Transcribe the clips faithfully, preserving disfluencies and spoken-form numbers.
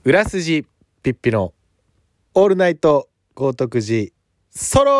裏筋ピッピのオールナイト豪徳寺ソロ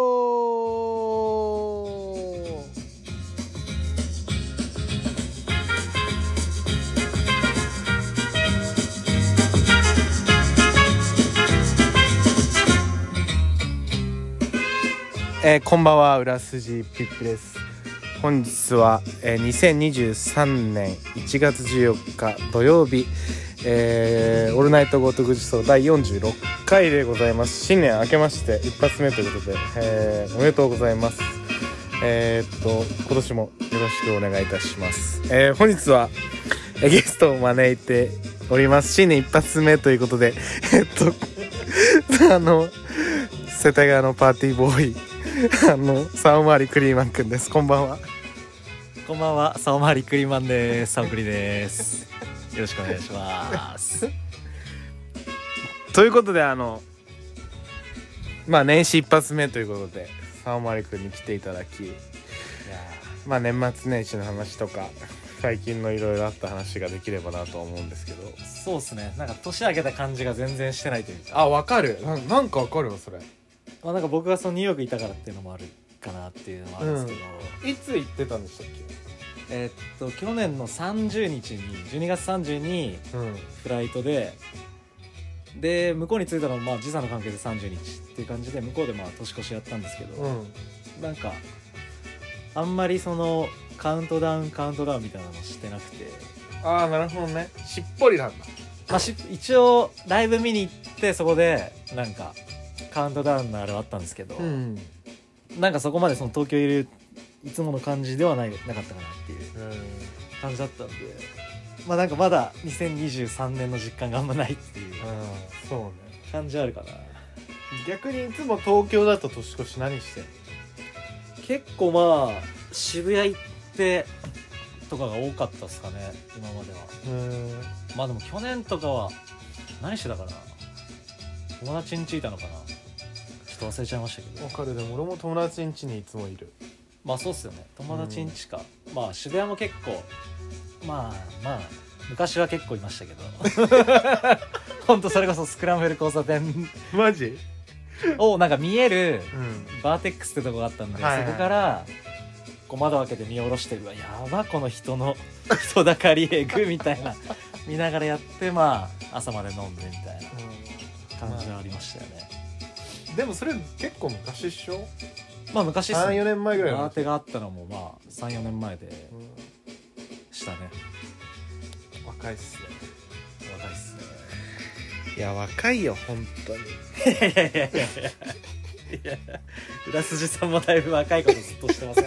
えー、こんばんは、裏筋ピッピです。本日は、えー、にせんにじゅうさんねんいちがつじゅうよっか土曜日、えー、オールナイト豪徳寺ソロだいよんじゅうろっかいでございます。新年明けまして一発目ということで、えー、おめでとうございます。えー、っと今年もよろしくお願いいたします。えー、本日は、えー、ゲストを招いております。新年一発目ということでえっとあの世田谷のパーティーボーイあのサオマリクリーマンくんです。こんばんは。 こんばんは、サオマリクリーマンです。サオクリです。よろしくお願いしますということで、あのまあ年始一発目ということでサオマリくんに来ていただき、いやまあ年末年始の話とか最近のいろいろあった話ができればなと思うんですけど。 そうですね、なんか年明けた感じが全然してないというか。 あ、わかる。な、なんかわかるわそれ。 まあなんか僕がそのニューヨークいたからっていうのもあるかなっていうのもあるんですけど、 うん、いつ行ってたんでしたっけ。えー、っと去年のさんじゅうにちにじゅうにがつさんじゅうにフライトで、うん、で向こうに着いたのもまあ時差の関係でさんじゅうにちっていう感じで、向こうでまあ年越しやったんですけど、うん、なんかあんまりそのカウントダウンカウントダウンみたいなのしてなくて。 ああ、なるほどね。しっぽりなんだ。 まあ、し一応ライブ見に行ってそこでなんかカウントダウンのあれはあったんですけど、うん、なんかそこまでその東京いるいつもの感じではないなかったかなっていう感じだったんで、まあなんかまだにせんにじゅうさんねんの実感があんまないっていう、 そうね、 感じあるかな。 逆にいつも東京だと年越し何してんの？ 結構まあ渋谷行ってとかが多かったですかね、今までは。うんまあでも去年とかは何してたかな、友達ん家いたのかな、ちょっと忘れちゃいましたけど。 わかる。でも俺も友達ん家にいつもいる。 まあそうっすよね、友達ん家か。まあ渋谷も結構まあまあ昔は結構いましたけどほんとそれこそスクランブル交差点マジをなんか見えるバーテックスってとこがあったんで、うん、そこからこう窓開けて見下ろして、うわやばこの人の人だかりえぐみたいな見ながらやって、まあ朝まで飲んでみたいな感じはありましたよね、 まあ、でもそれ結構昔っしょ。 まあ昔っすね、 さんよねんまえぐらいのバーテがあったのもまあさんよねんまえでしたね、 うん、若いっすね。 若いっすね。 いや若いよ本当にいやいやいやいやいやいや、裏筋さんもだいぶ若いことずっとしてません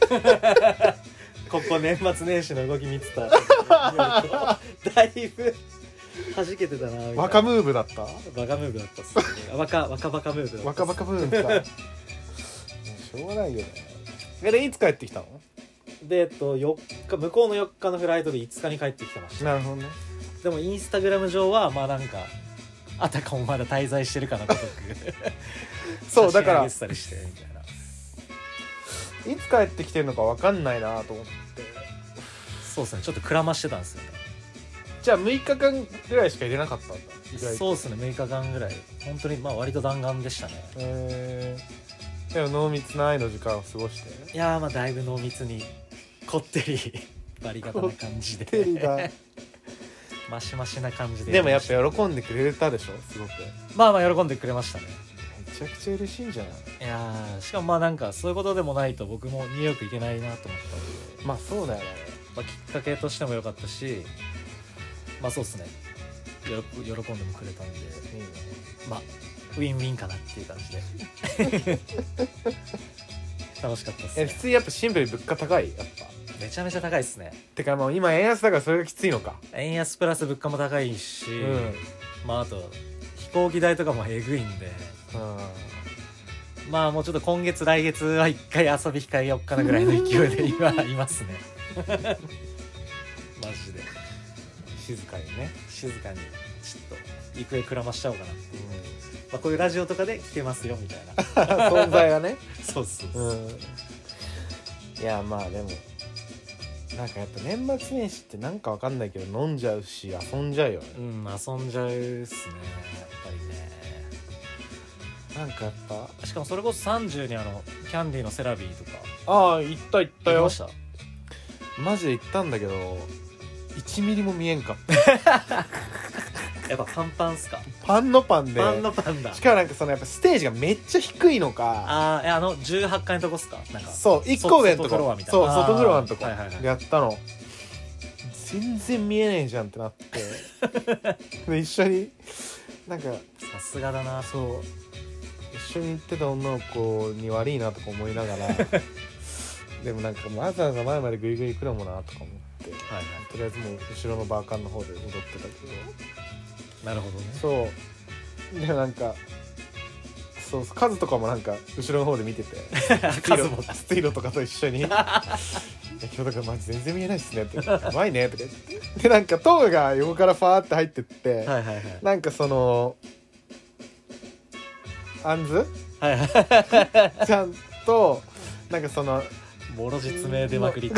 ここ年末年始の動き見てただいぶ弾けてたなみたいな。 若ムーブだった。 バカムーブだったっすね若若バカムーブだったっす。 若バカムーブかしょうがないよね。でいつ帰ってきたの？ で、えっと、よっか向こうのよっかのフライトでいつかに帰ってきてました。 なるほどね。 でもインスタグラム上はまあなんかあたかもまだ滞在してるかのごとくそうだから写真上げてたりしてみたいな。 いつ帰ってきてるのか分かんないなと思って。 そうですね、ちょっとくらましてたんですよね。 じゃあむいかかんぐらいしか入れなかったんだ。 そうですね、むいかかんぐらい本当にまあ割と弾丸でしたね。 へー。でも濃密な愛の時間を過ごして。 いやーまあだいぶ濃密にこってりバリ型な感じでこってりだマシマシな感じで。 でもやっぱ喜んでくれたでしょ、すごく。 まあまあ喜んでくれましたね。 めちゃくちゃ嬉しいんじゃない？ いやーしかもまあなんかそういうことでもないと僕もニューヨーク行けないなと思ったので、 まあそうだよね、 まあ、きっかけとしても良かったし、まあそうっすね、よ喜んでもくれたんで、いいね、まあウィンウィンかなっていう感じで楽しかったっすね。 え普通にやっぱシンプルに物価高い？やっぱめちゃめちゃ高いっすね。 てかもう今円安だからそれがきついのか。 円安プラス物価も高いし、うん、まああと飛行機代とかもえぐいんで、うん、まあもうちょっと今月来月は一回遊び控えよっかなぐらいの勢いで今いますねマジで静かにね、 静かにちょっと行方くらましちゃおうかなっていう、うん、まあ、こういうラジオとかで聞けますよみたいな存在はねそうそうそう、うん、 いやまあでもなんかやっぱ年末年始ってなんかわかんないけど飲んじゃうし遊んじゃうよね。 うん、遊んじゃうっすねやっぱりね。 なんかやっぱしかもそれこそさんじゅうにあのキャンディーのセラビーとかああ行った行ったよ。 行きました。 マジで行ったんだけどいちミリも見えんかったやっぱパンパンっすか。 パンのパンでパンのパンだ。 しかもなんかそのやっぱステージがめっちゃ低いのか。 ああ、あのじゅうはちかいのとこっすか。なんかそういっこ上のとこ外フロアみたいな。 そう外フロアのとこはいはいはい、 やったの。全然見えねえじゃんってなってで一緒になんかさすがだな。 そう一緒に行ってた女の子に悪いなとか思いながらでもなんかわざわざ前までグイグイ行くのもなとか思って、はいはい、とりあえずもう後ろのバーカンの方で踊ってたけど。 なるほどね。 そうでなんかそうカズとかもなんか後ろの方で見ててカズもスティーロとかと一緒に今日だからマジ全然見えないっすねってやばいねとか言ってでなんかトーが横からファーって入ってって、はいはいはい、なんかそのアンズ、はいはい、ちゃんとなんかそのもろ実名出まくり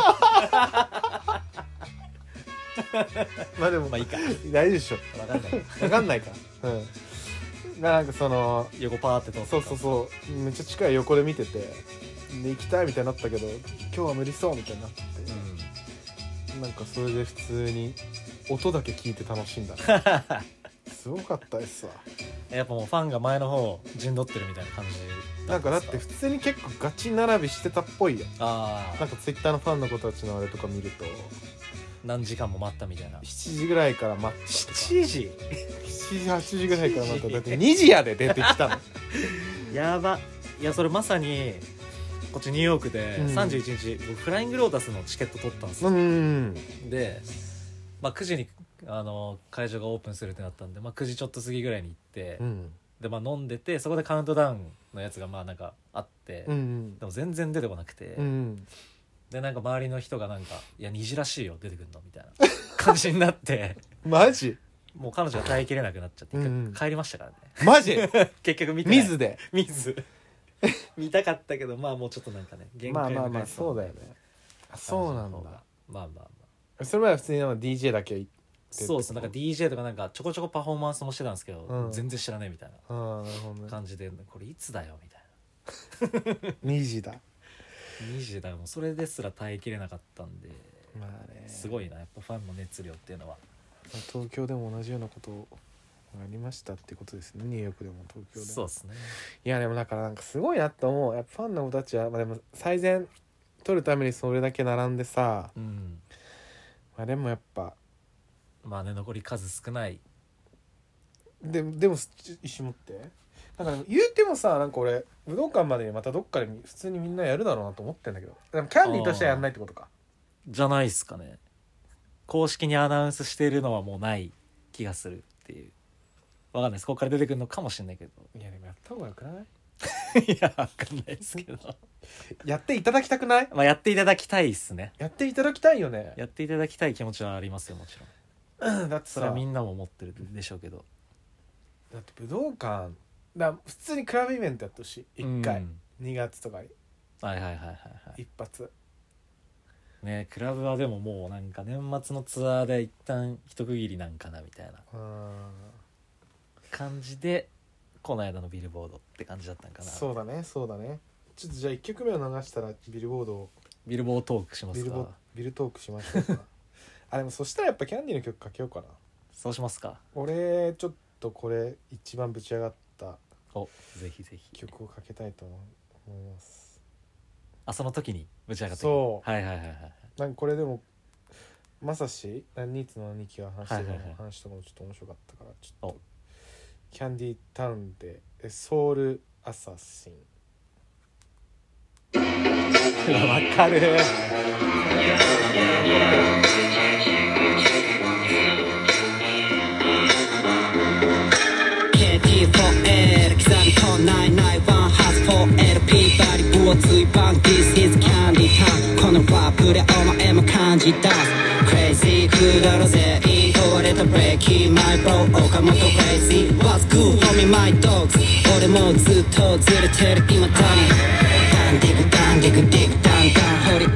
まあでもまあいいか大丈夫でしょ。 分かんない分かんないかうんなんかその横パーって通ってそうそうそうめっちゃ近い横で見ててで行きたいみたいになったけど今日は無理そうみたいになって、うん、なんかそれで普通に音だけ聞いて楽しんだすごかったですわ。 やっぱもうファンが前の方陣取ってるみたいな感じなんかだって普通に結構ガチ並びしてたっぽいよ。 あなんかツイッターのファンの子たちのあれとか見ると何時間も待ったみたいな。 しちじぐらいから待った。 しちじしちじはちじぐらいから待っただってにじやで出てきたのやば。いやそれまさにこっちニューヨークでさんじゅういちにち、うん、僕フライングロータスのチケット取ったんですよ、うん、で、まあ、くじにあの会場がオープンするってなったんで、まあ、くじちょっと過ぎぐらいに行って、うん、でまあ飲んでてそこでカウントダウンのやつがまあなんかあって、うんうん、でも全然出てこなくて、うん、でなんか周りの人がなんかいや虹らしいよ出てくんのみたいな感じになってマジもう彼女が耐えきれなくなっちゃって、うん、帰りましたからね。 マジ結局見てない水で水見たかったけどまあもうちょっとなんかね限界のまあまあまあそうだよね。あそうなんだ。 まあまあまあそれまでは普通に ディージェー だけ行ってそうです。なんか ディージェー とかなんかちょこちょこパフォーマンスもしてたんですけど、うん、全然知らないみたいな感じでこれいつだよみたいなにじだにじだよ。もうそれですら耐えきれなかったんで、 まあね、 すごいなやっぱファンの熱量っていうのは。 東京でも同じようなことありましたってことですね。ニューヨークでも東京でも。 そうですね。 いやでもだからなんかすごいなと思う。やっぱファンの子たちは、まあ、でも最善取るためにそれだけ並んでさ、うん、まあでもやっぱまあね残り数少ないででも一緒持ってだから言うてもさなんか俺武道館までにまたどっかで普通にみんなやるだろうなと思ってんだけど、でもキャンディーとしてはやんないってことかじゃないっすかね。公式にアナウンスしているのはもうない気がするっていう。わかんないです。ここから出てくるのかもしれないけど。 いやでもやった方がよくないいやわかんないですけどやっていただきたくない？ まあやっていただきたいっすね。 やっていただきたいよね。 やっていただきたい気持ちはありますよもちろん、うん、だってさそれはみんなも思ってるでしょうけど、 だって武道館だ普通にクラブイベントやってほしいいっかい、うん、にがつとかにはいはいはいはいはい一発ね。クラブはでももうなんか年末のツアーで一旦一区切りなんかなみたいな感じでこの間のビルボードって感じだったんかな。 そうだねそうだね。ちょっとじゃあいっきょくめを流したらビルボードをビルボードトークしますか。 ビルボビルトークしましょうかあでもそしたらやっぱキャンディーの曲かけようかな。 そうしますか。 俺ちょっとこれ一番ぶち上がったおぜひぜひ曲をかけたいと思います。 あその時にぶち上がったそうはいはいはいはいなんかこれでもまさしニーツの兄貴が話してたの話とかもちょっと面白かったからちょっとキャンディータウンでソウルアサシンわかるケーティーフォーエル 刻みとナインナインワンハズ フォーエル ピー バリブをついバン This is Candy Town このラップでお前も感じ出す Crazy くだろぜ壊れたブレーキマイブロー岡本 Crazy What's good homie my dogs 俺もずっとずれてる今だにダンディグダンディグディグダンダン掘り起こし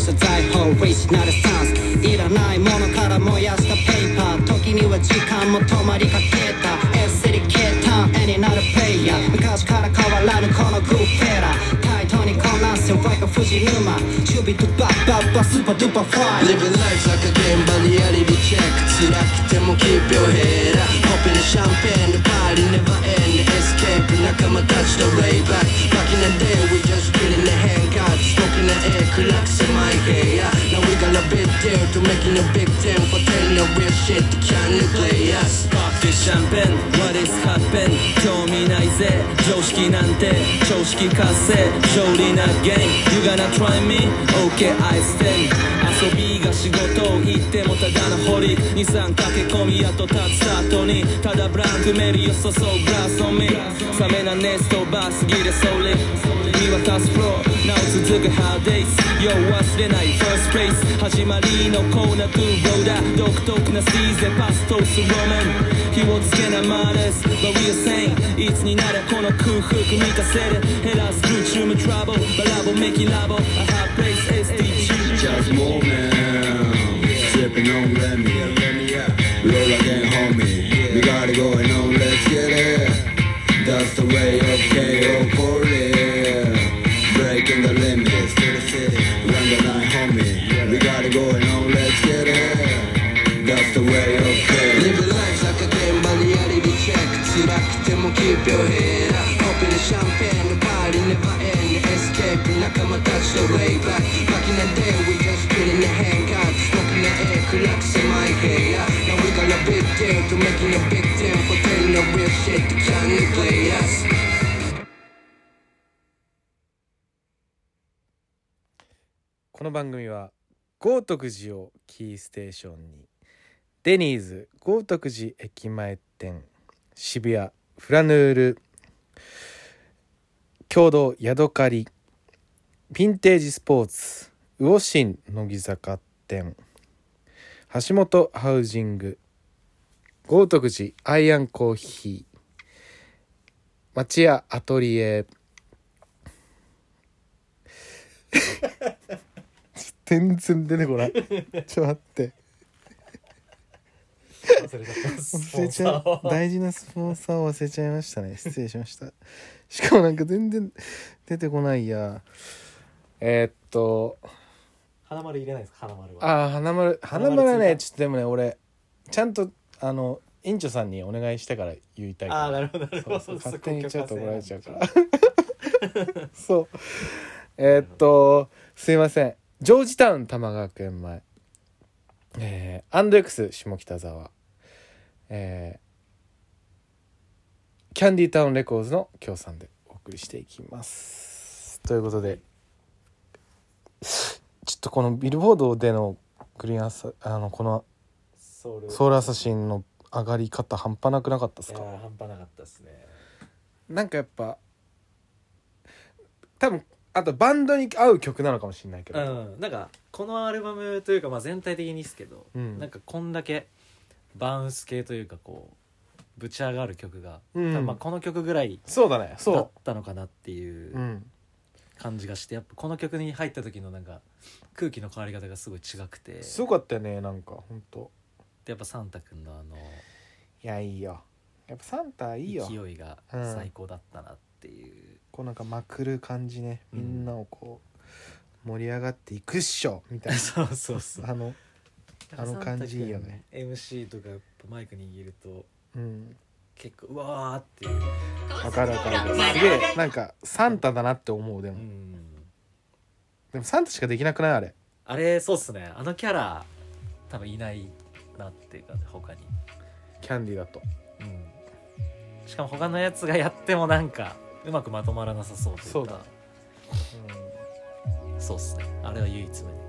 した財宝 Rich なるスタンスいらないものから燃やしたペーパー時には時間も止まりかけたエスリケーター絵になるプレイヤー昔から変わらぬこのグーフェラタイトにこなすワイが藤沼チュビとバッバッバスーパードゥパーファイ Living life like a game バリアリリチェック辛くても keep your head up Popping a champagne the party never end Escape 仲間たちと lay back Back in the day we just getting the handcuffs Smoking the air 暗く狭い部屋 Now we got a big deal to making a big deal For telling the real shit to can you play us Pop this champagne What is happen 興味ないぜ常識なんて常識活性勝利なゲーム You gonna try me? Okay I stand 遊びが仕事言ってもただのホリにさん駆け込みやと立つ後にただブランクメリーを注ぐグラスオンミ冷めな熱飛ばすぎでソーリ見渡すフローなお続くハーデイズ Yo 忘れない First place 始まりのコーナートゥーローダー独特なシーゼパス通すロマン火をつけないマーレス But we are saying いつになりゃこの空腹満たせる減らす空中もトラブルバラボメキラボ A hot place エスディージー Just moving, sipping on Remy. Roll again, homie. We got it going on, let's get it. That's the way of K O for real. Breaking the limits to the city. Run the line, homie. We got it going on, let's get it. That's the way of K O. Living life like a game バリアリリチェック辛くても keep your head up Popping a champagne the party never end Escape 仲間たちと lay back Back in the day we just getting the handcuffs Smoking the air 暗く狭い部屋 Now we got a big deal to making a big deal For telling the real shit to can you play us この番組は豪徳寺をキーステーションにデニーズ豪徳寺駅前店渋谷フラヌール共同ヤドカリヴィンテージスポーツ魚心乃木坂店橋本ハウジング豪徳寺アイアンコーヒー町屋アトリエ全然出てこないちょっと待って忘れちゃった忘れちゃう大事なスポンサーを忘れちゃいましたね失礼しましたしかもなんか全然出てこないやえー、っと花丸入れないですか花丸はああ花丸花丸はねちょっとでもね俺ちゃんとあの院長さんにお願いしてから言いたいからああなるほどなるほどそうそう勝手に言っちゃうと怒られちゃうからそうえー、っとすいませんジョージタウン玉川学園前えー、アンド X 下北沢えー、キャンディータウンレコーズの協賛でお送りしていきますということでちょっとこのビルボードでのグリーンアサあのこのソウルソウルアサシンの上がり方半端なくなかったですか？ いや半端なかったですね。 なんかやっぱ多分あとバンドに合う曲なのかもしれないけど、 うん、なんかこのアルバムというかまあ全体的にですけど、 うん、 なんかこんだけバウンス系というかこうぶち上がる曲が、 うん、 多分まあこの曲ぐらいそうだねそうだったのかなっていううん感じがして、やっぱこの曲に入った時のなんか空気の変わり方がすごい違くて、 すごかったよね。なんかほんとでやっぱサンタくんのあのいやいいよやっぱサンタいいよ勢いが最高だったなっていう、うん、 こうなんかまくる感じね、みんなをこう盛り上がっていくっしょみたいなそうそうそうあのあの感じいいよね。 エムシー とかやっぱマイク握るとうん結構うわーっていう、 わかるわかるすげえなんかサンタだなって思う。でも、うん、でもサンタしかできなくないあれあれそうっすね。あのキャラ多分いないなっていうか他にキャンディーだと、 うん、しかも他のやつがやってもなんかうまくまとまらなさそうというかそうだ、 うん、そうっすね。あれは唯一無二。 そうだね。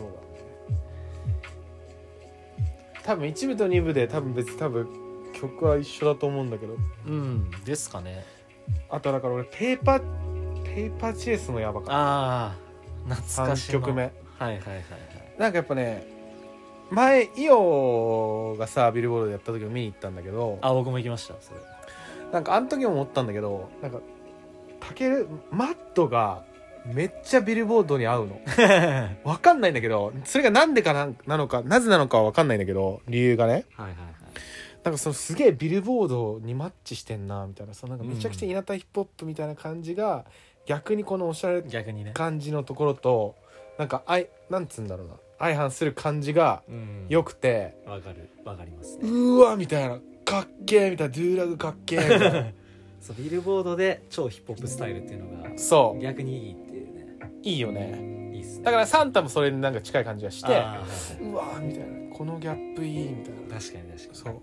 多分一部と二部で多分別に多分曲は一緒だと思うんだけど、 うんですかね。 あとだから俺ペーパーペーパーチェイスもやばかった。 ああ懐かしいさんきょくめ。 はいはいはいはい。 なんかやっぱね前イオがさビルボードでやった時も見に行ったんだけど、 あ僕も行きましたそれ。 なんかあの時も思ったんだけど、なんかタケルマットがめっちゃビルボードに合うのわかんないんだけど、それがなんでかな、なのかなぜなのかはわかんないんだけど、理由がね、 はいはいはい。 なんかそのすげえビルボードにマッチしてんなみたいな、そのなんかめちゃくちゃ稲田ヒップホップみたいな感じが、逆にこのおしゃれ逆にね。 感じのところとなんかあいなんつうんだろうな、相反する感じがうん。 良くて、 わかるわかりますうね。 ーわみたいな、かっけーみたいな、ドゥーラグかっけーみたいなそうビルボードで超ヒップホップスタイルっていうのがそう逆にいいっていうね。 いいよね。 いいっすね。 だからサンタもそれになんか近い感じがして、 あーはいはいうわーみたいな、このギャップいいみたいな。 確かに確かに。 そう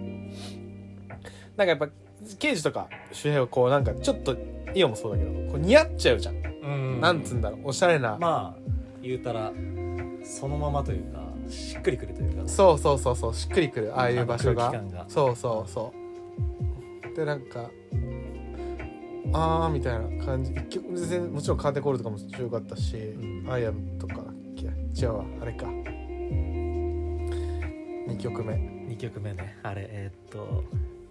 なんかやっぱ刑事とか周平はこうなんかちょっとイオもそうだけどこう似合っちゃうじゃん、 うんなんつうんだろう、おしゃれな、 まあ言うたらそのままというかしっくりくるというか。 そうそうそうそう、しっくりくる、ああいう場所が、 空気感がそうそうそうでなんかあーみたいな感じ、一曲全然もちろんカーテンコールとかも強かったし、 んアイアムとかだっけ、違うわあれかにきょくめにきょくめね、あれえーっと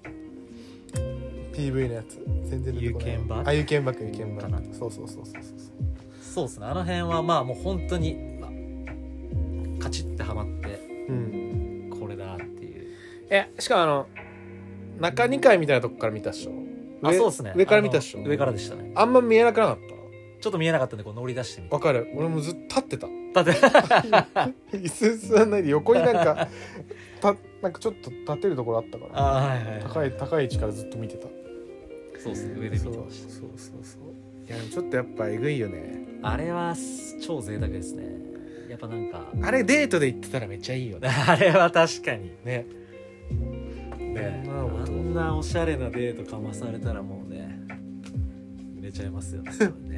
ピーブイ のやつ全然出てこない You Came Back？ あ You Came Back You Came かな Back そうそうそうそうそうそうですね、あの辺はまあもう本当に、まあ、カチッてはまってうんこれだっていう。 えしかもあの中にかいみたいなとこから見たっしょ。 あ、そうですね。 上から見たっしょ。 あの上からでしたね。 あんま見えなくなかっちょっと見えなかったんでこう乗り出してみて。 た。わかる、俺もずっと立ってた、 だって椅子座んないで横になんかたなんかちょっと立てるところあったから、 あーはいはいはい。 高い高い位置からずっと見てた。 そうですね、上で見そうてました。 そうそうそういやでもちょっとやっぱえぐいよね。 あれは超贅沢ですね。やっぱなんかあれデートで行ってたらめっちゃいいよね。 あれは確かにねね、 そんなのあんなおしゃれなデートかまされたらもうね寝ちゃいますよね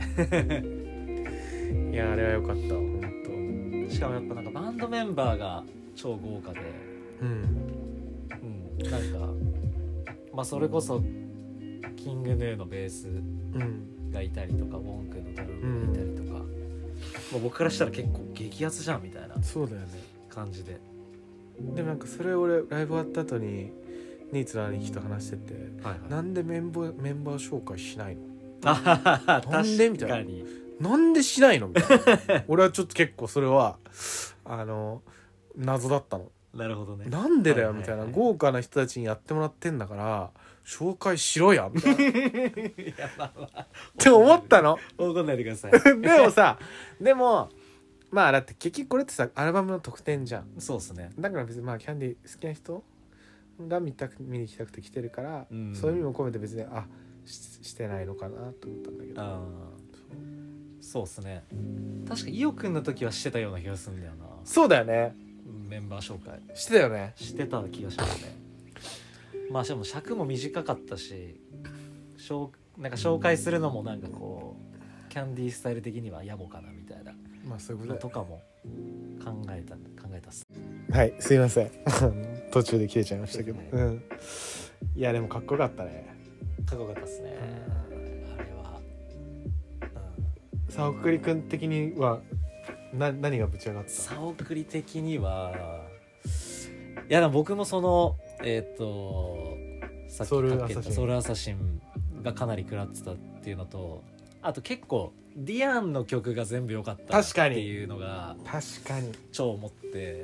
いやあれは良かった本しかもやっぱなんかバンドメンバーが超豪華で、 当。うんうん、なんかまあそれこそキングヌーのベースうんがいたりとかウォン君のドラムがいたりとか、もう僕からしたら結構激アツじゃんみたいなそうだよね。 感じで。 でもなんかそれ俺ライブ終わった後にニーツの兄貴と話してて、 はいはい、 なんでメンバーメンバー紹介しないの、 あははなんでみたいな確かになんでしないのみたいな俺はちょっと結構それはあの謎だったの。 なるほどね。 なんでだよはいはいはいみたいな、豪華な人たちにやってもらってんだから紹介しろやみたいなっいやまあまあて思ったの怒んないでくださいでもさでもまあだって結局これってさアルバムの特典じゃん。 そうですね。 だから別にまあキャンディー好きな人が見たく見に来たくて来てるから、 うんそういう意味も込めて別にあ し, してないのかなと思ったんだけど、 あそうっすね。確か伊代くんの時はしてたような気がするんだよな。 そうだよね、 メンバー紹介してたよね。 してた気がしますね。まあしかも尺も短かったし、しょうなんか紹介するのもなんかこうキャンディースタイル的には野暮かなみたいなまあそういうことだよのとかも考えた考えたっす。 はいすいません途中で切れちゃいましたけど、 そうですうんいやでもかっこよかったね。 かっこよかったっすね。あれは、うん、 さあ送りくん的にはな何がぶち上がった？ さおくり的にはいやでも僕もそのえっ、とさっきソウルかけアサシンたソウルアサシンがかなり食らってたっていうのと、あと結構ディアンの曲が全部良かったっ確かにていうのが確かに超思って、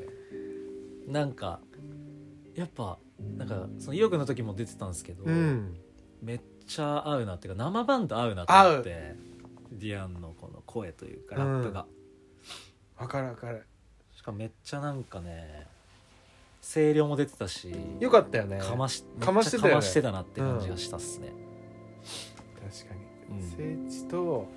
なんかやっぱなんかその伊代くんの時も出てたんですけど、 うんめっちゃ合うなっていうか生バンド合うなと思ってディアンのこの声というかラップが、 わかるわかる。 しかもめっちゃなんかね声量も出てたしよかったよね。 かましかましてたよねめっちゃかましてたなって感じがしたっすね、 確かうんに聖地と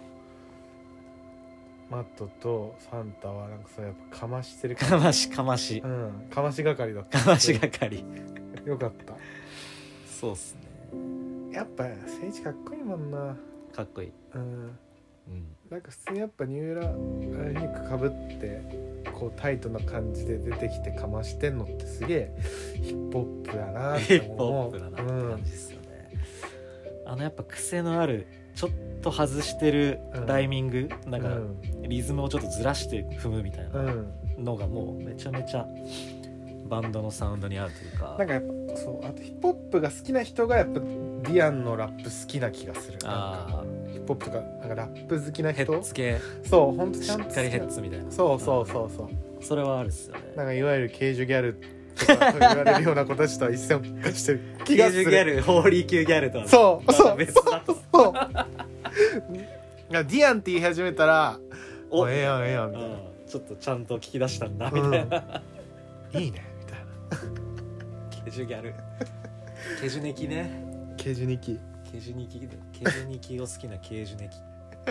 マットとサンタはなんかそうやっぱかましてるかましかましうんかまし係だったかまし係よかった。 そうっすね。 やっぱ聖地かっこいいもんな。 かっこいい。 うんうんなんか普通にやっぱニューラルニックかぶってこうタイトな感じで出てきてかましてんのってすげえヒップホップだなっヒてップホ思う。 ップだなってうん感じですよね、あのやっぱ癖のあるちょっと外してるライミング、なんかリズムをちょっとずらして踏むみたいうん、うなんのがもうめちゃめちゃバンドのサウンドに合うというか、 なんかやっぱそうあとヒップホップが好きな人がやっぱディアンのラップ好きな気がする。なんかあヒップホップとかなんかラップ好きなヘ人ッツ系そうほんとちしゃんとっかりヘッツみたいなそうそうそうそうそれはあるっすよねなんかいわゆるケージュギャルとか言われるような子たちとは一線を画してる気がするケージギャルホーリー級ギャルとはそうそう別だとそういやディアンって言い始めたらおおええやんええやんみたいうんちょっとちゃんと聞き出したんだみたいな、 な、いいねみたいなケジュギャルケジュネキねケージュニキケジュニキケジュニキを好きなケージュネキ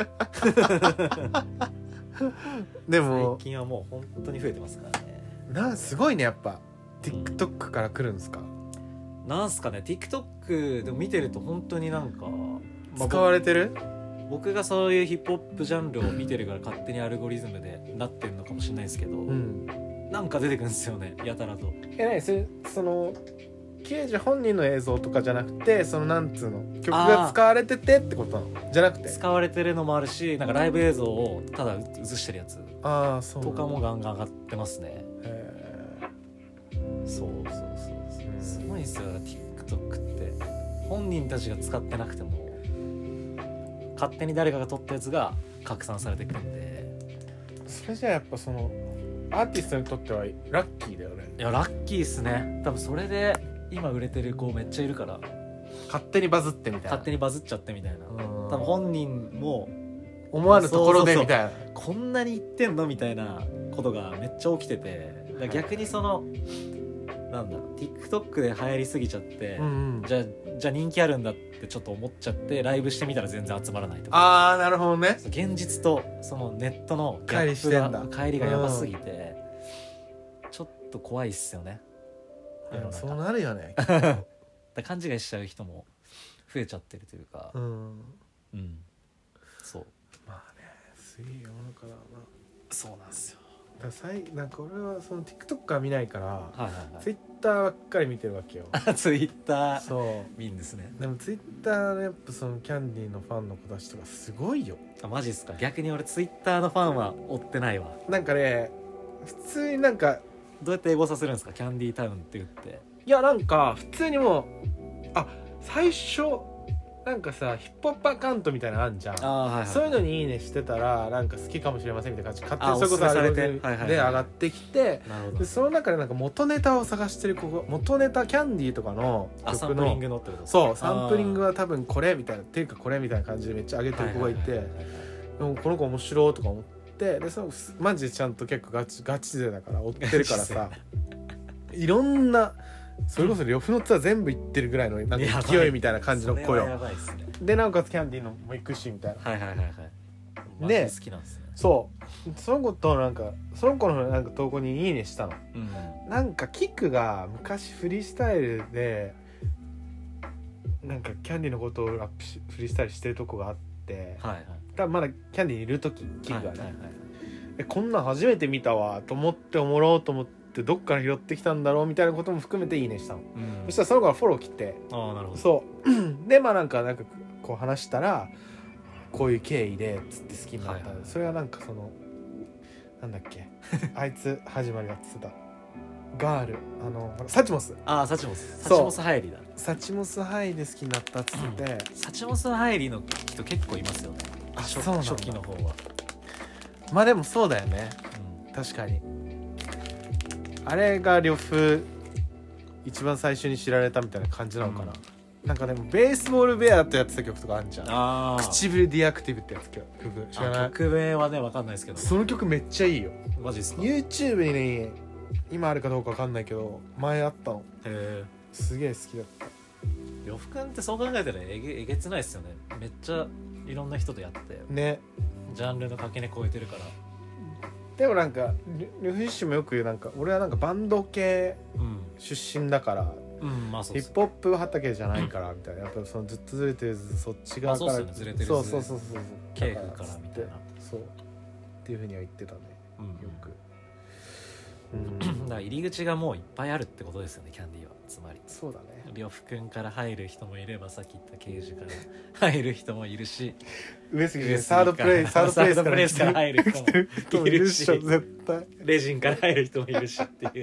でも最近はもう本当に増えてますからねなすごいねやっぱ TikTok から来るんですか、 なんすかね TikTok でも見てると本当になんか、まあ使われてる僕がそういうヒップホップジャンルを見てるから勝手にアルゴリズムでなってるのかもしれないですけど、 うんなんか出てくるんですよねやたらとえ何それその刑事本人の映像とかじゃなくてそのなんつうの曲が使われててってことなのじゃなくて使われてるのもあるしなんかライブ映像をただ映してるやつああそうとかもガンガン上がってますねへそうそうそうそうすごいんですよ TikTok って本人たちが使ってなくても勝手に誰かが撮ったやつが拡散されてくるんでーそれじゃあやっぱそのアーティストにとってはラッキーだよねいやラッキーっすね多分それで今売れてる子めっちゃいるから勝手にバズってみたいな勝手にバズっちゃってみたいなうん多分本人も思わぬところでそうそうそうみたいなこんなに言ってんのみたいなことがめっちゃ起きててだから逆にそのなんだ TikTok で流行りすぎちゃって、 うんうんじゃあじゃあ人気あるんだってちょっと思っちゃってライブしてみたら全然集まらないとかああなるほどね現実とそのネットのギャップ乖離してんだが乖離がやばすぎて、ちょっと怖いっすよね世の中そうなるよねだから勘違いしちゃう人も増えちゃってるというかうんうんそうまあねすげえ世の中だなそうなんですよだからさいなんか俺はその TikTok は見ないからはいはいはい Twitter ばっかり見てるわけよツイッターそ見んですねうでも Twitter のやっぱそのキャンディーのファンの子たちとかすごいよあマジっすか逆に俺ツイッターのファンは追ってないわなんかね普通になんかどうやってエゴさせるんですかキャンディータウンって言っていやなんか普通にもうあ最初なんかさヒップホップアカウントみたいなのあんじゃんあ、はいはい、 そういうのにいいねしてたらなんか好きかもしれませんみたいな感じ勝手あにそういうことおすすめされてアルゴリズムはいはいはいで上がってきてなるほどでその中でなんか元ネタを探してる子が元ネタキャンディーとかのあサン曲のプリングのってことそうサンプリングは多分これみたいなっていうかこれみたいな感じでめっちゃ上げてる子がいてはいはいはいはいでもこの子面白いとか思ってでそのマジでちゃんと結構ガチガチ勢だから追ってるからさいろんなそれこそ呂布のツアー全部行ってるぐらいのなんか勢いみたいな感じの子それはやよばいっすねでなおかつキャンディーのも行くしみたいなはいはいはいはいマでジ好きなんですねそうその子となんかその子のなんか投稿にいいねしたのうんなんかキックが昔フリースタイルでなんかキャンディーのことをラップしフリースタイルしてるとこがあってはいはい多分まだキャンディーにいる時キックがね、 はいはいはいえこんなん初めて見たわと思っておもろうと思ってどっから拾ってきたんだろうみたいなことも含めていいねしたの、 うんそしたらその子がフォロー来てああなるほどそうでまあなんかなんかこう話したらこういう経緯でつって好きになった、 はいはいそれはなんかそのなんだっけあいつ始まりだっつってたガールあのサチモスああサチモスサそうチモス入りだサチモスハイで好きになったっつって、 サチモス入りの人結構いますよねあ初そうなんだ初期の方は、 まあでもそうだよねうん確かにあれが呂布一番最初に知られたみたいな感じなのかな、なんかでもベースボールベアってやってた曲とかあるじゃんああ唇ディアクティブってやつ曲知らない曲名はね分かんないですけどその曲めっちゃいいよマジっすかへ YouTube にね今あるかどうか分かんないけど前あったのえすげえ好きだった呂布くんってそう考えたらえげえげつないっすよねめっちゃいろんな人とやってねジャンルの垣根超えてるからでもなんかルフィッシュもよく言うなんか俺はなんかバンド系うん出身だからうんまあそうっすヒップホップ畑じゃないからみたいなやっぱそのずっとずれてるそっち側からあそうっすよねずれてるそうそうそうそう系譜からみたいなそうっていうふうには言ってたねうんよくだから入り口がもういっぱいあるってことですよねキャンディーはつまりそうだね呂布くんから入る人もいればさっき言った刑事から入る人もいるし上杉上杉サードプレイサードプレイスからサードプレイスから入る人も人もいるっしょ絶対レジンから入る人もいるしっていう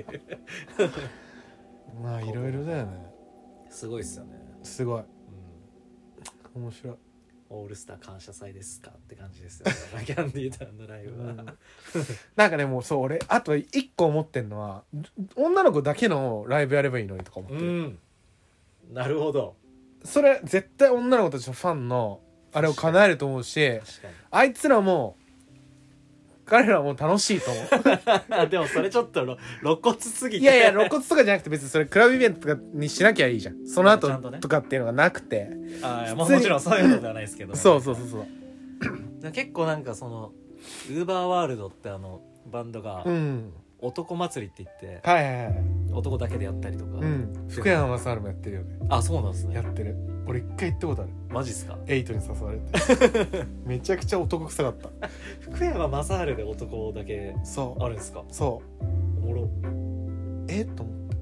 まあいろいろだよねすごいっすよね、 すごいうん、 面白いオールスター感謝祭ですかって感じですよキャンディータウンのライブは、うん、 なんかねもうそう俺あと一個思ってんのは女の子だけのライブやればいいのにとか思ってる、うん、 なるほど。それ絶対女の子たちのファンのあれを叶えると思うし、あいつらも彼らも楽しいと思うでもそれちょっと露骨すぎて、 いやいや露骨とかじゃなくて別にそれクラブイベントとかにしなきゃいいじゃん、その後とかっていうのがなくて、 あ、まあ、もちろんそういうのではないですけどそうそうそうそう結構なんかそのウーバーワールドってあのバンドが、うん、男祭りって言って、 はいはいはい、 男だけでやったりとか、うん、 福山雅治もやってるよね。 あ、そうなんですね。 やってる。俺一回行ったことある。 マジっすか。 エイトに誘われてめちゃくちゃ男臭かった福山雅治で男だけあるんですか。 そうおもろえと思って。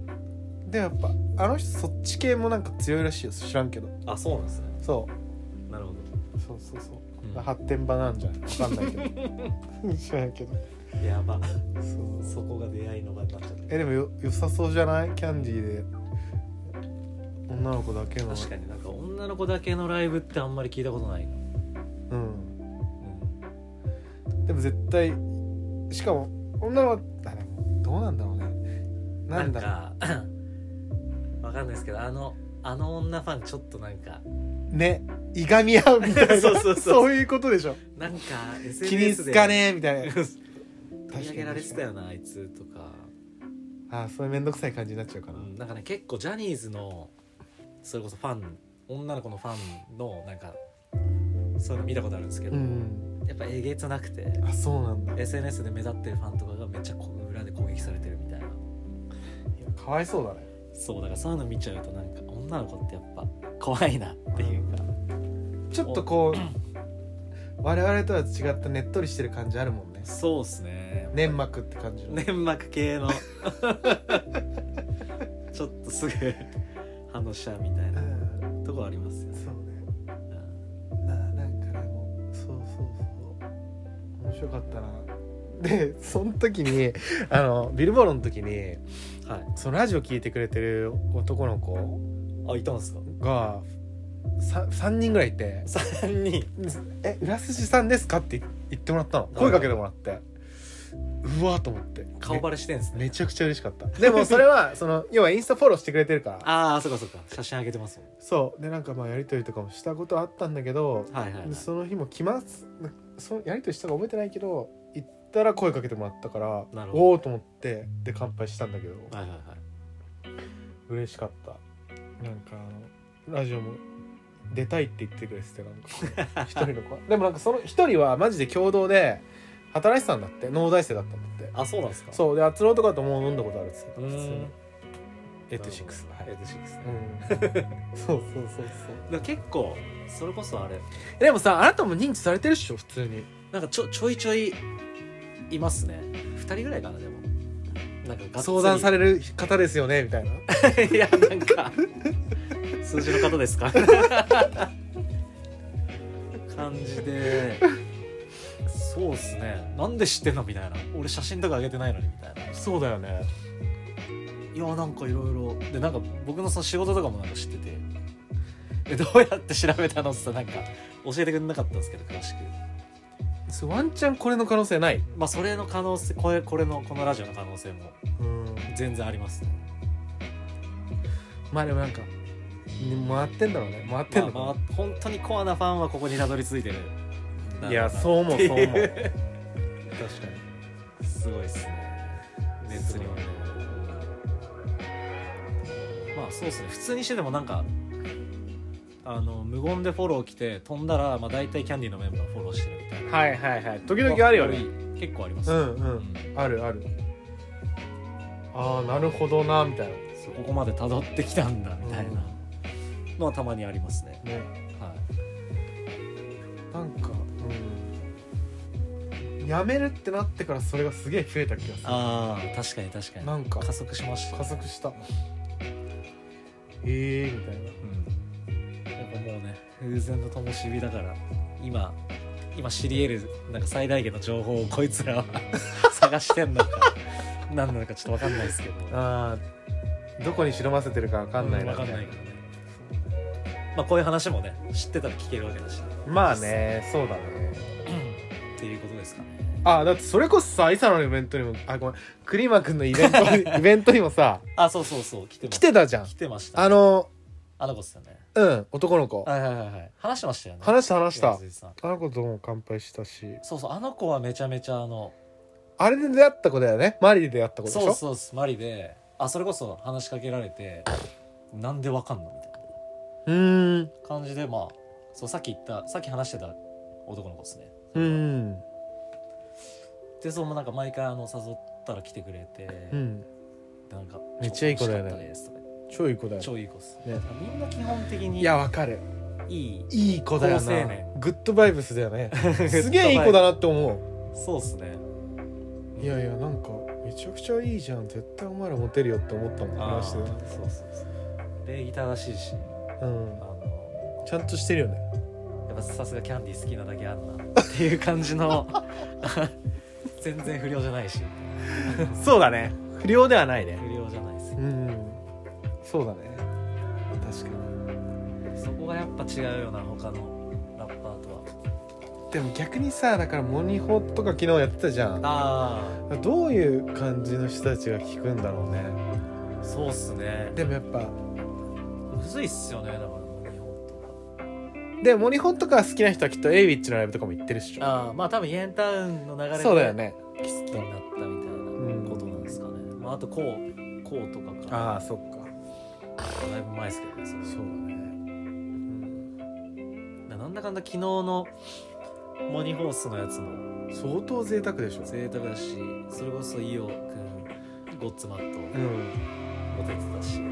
でやっぱあの人そっち系もなんか強いらしいよ、知らんけど。 あ、そうなんですね。 そうなるほど。 そうそうそう、うん、発展場なんじゃないわかんないけど知らないけどやばそうそこが出会いの場になっちゃった。 えでも よ, 良さそうじゃない、キャンディーで女の子だけの。 確かになんか女の子だけのライブってあんまり聞いたことない。 うん、うん、でも絶対しかも女の子あれどうなんだろうね、 なんだろうなんかわかんないですけど、あのあの女ファンちょっとなんかね、いがみ合うみたいなそうそうそう、 そういうことでしょ。 なんか エスエヌエス で気につかねえみたいな取り上げられてたよなあいつとか。 ああ、そういうめんどくさい感じになっちゃうかな、 うん、なんかね結構ジャニーズのそれこそファン、女の子のファンのなんかそういうの見たことあるんですけど、うん、やっぱえげつなくて、 あ、そうなんだ。 エスエヌエス で目立ってるファンとかがめっちゃ裏で攻撃されてるみたいな。いやかわいそうだね。 そうだからそういうの見ちゃうとなんか女の子ってやっぱ怖いなっていうか、 ちょっとこう我々とは違ったねっとりしてる感じあるもんね。 そうっすね、 粘膜って感じの粘膜系のちょっとすぐ反応しちゃうみたいな、うん、とこありますよね。 そうね、うん、な, なんかねもうそうそうそう面白かったな。でその時にあのビルボードの時に、はい、そのラジオ聞いてくれてる男の子あいたんですかがさんにんぐらいいて、 さんにんえ浦筋さんですかって言ってもらったの、声かけてもらって、うわーと思って、 顔バレしてんすね。 めちゃくちゃ嬉しかった。でもそれはその要はインスタフォローしてくれてるからああそうかそうか、写真あげてますもん。 そうでなんかまあやり取りとかもしたことあったんだけど、 はいはいはい、 その日も来ますそのやり取りしたか覚えてないけど行ったら声かけてもらったから、おおと思ってで乾杯したんだけど、 はいはいはい、 嬉しかった。なんかあのラジオも出たいって言ってくれてて、なんか一人の子でもなんかその一人はマジで共同で働いてたんだって、農大生だったんだって。 あ、そうなんですか。 そうで、あつろうとかともう飲んだことあるっつってた。 普通にエイトシックス、 エイトシックス、 うん、そうそうそうそうだ結構それこそあれでもさ、あなたも認知されてるっしょ普通に。 なんかちょちょいちょいいますね。ふたりぐらいかな。でもなんか相談される方ですよねみたいないやなんか数字の方ですか感じで、そうっすね。なんで知ってんのみたいな。俺写真とか上げてないのにみたいな。 そうだよね。 いやなんかいろいろで、なんか僕のその仕事とかもなんか知ってて、えどうやって調べたのってさ、なんか教えてくれなかったんですけど詳しく。 ワンチャンこれの可能性ない？ まあそれの可能性、これこれのこのラジオの可能性も全然ありますね。 まあでもなんか回ってんだろうね。回ってんのかな、まあ、まあ、本当にコアなファンはここにたどり着いてる。 いやそう思うそう思う確かにすごいっすね。熱量ね。まあそうっすね。普通にしてでもなんかあの無言でフォロー来て飛んだら、まあ、大体キャンディーのメンバーフォローしてるみたいな。 はいはいはい、時々あるよね。 結構あります、 ね、うんうん、うん、あるある。ああなるほどなみたいな、 そこまで辿ってきたんだみたいなのはたまにありますね。 ね、 はい、 なんか、うん、やめるってなってからそれがすげえ増えた気がする。 ああ確かに確かに。 なんか加速しました、ね、 加速した。えーみたいな、 うん、やっぱもうね風前の灯火だから今今知り得るなんか最大限の情報をこいつらは探してんのか何なのかちょっと分かんないですけど、 あどこに忍ばせてるか分かんないな、 うん、分かんないからね。 まあこういう話もね知ってたら聞けるわけだし、ね、 まあねそうだねっていうことですかね。 あだってそれこそさイサのイベントにもあごめんクリマくんのイベントイベントにもさあそうそうそう来てま来てたじゃん。 来てました、ね、 あのあの子っすよね。 うん男の子はいはいはいはい話してましたよね。 話した話した山口さんあの子とも乾杯したしそうそうあの子はめちゃめちゃあのあれで出会った子だよねマリで出会った子でしょ。 そうそうっすマリであそれこそ話しかけられてなんでわかんのみたいなうーん感じでまあそうさっき言ったさっき話してた男の子ですね。 うーんでそうもなんか毎回あの誘ったら来てくれて、 うんでなんかめっちゃいい子だよね楽しかったですとか超いい子だよ超いい子っすね。 みんな基本的にいやわかるいいいい子だよな好青年グッドバイブスだよねすげえいい子だなって思うそうっすね。 いやいやなんかめちゃくちゃいいじゃん絶対お前らモテるよって思ったもん話してそうそうそう礼儀正しいしうんあのちゃんとしてるよねやっぱさすがキャンディー好きなだけあんなっていう感じの全然不良じゃないしそうだね不良ではないね不良じゃないですよ。 うんそうだね確かにそこがやっぱ違うよな他のラッパーとは。 でも逆にさだからモニホとか昨日やってたじゃんあどういう感じの人たちが聞くんだろうねあそうっすね。 でもやっぱむずいっすよねだから日本とか。 でモニホとか好きな人はきっとエイウィッチのライブとかも行ってるっしょ。 ああまあ多分イエンタウンの流れでそうだよね好きになったみたいなことなんですかね。まああとこうこうとかかああそっかだいぶ前ですけどねそれそうだねなんだかんだ昨日のモニホースのやつも相当贅沢でしょ。 贅沢だしそれこそイオくんゴッツマットうんモテてたし、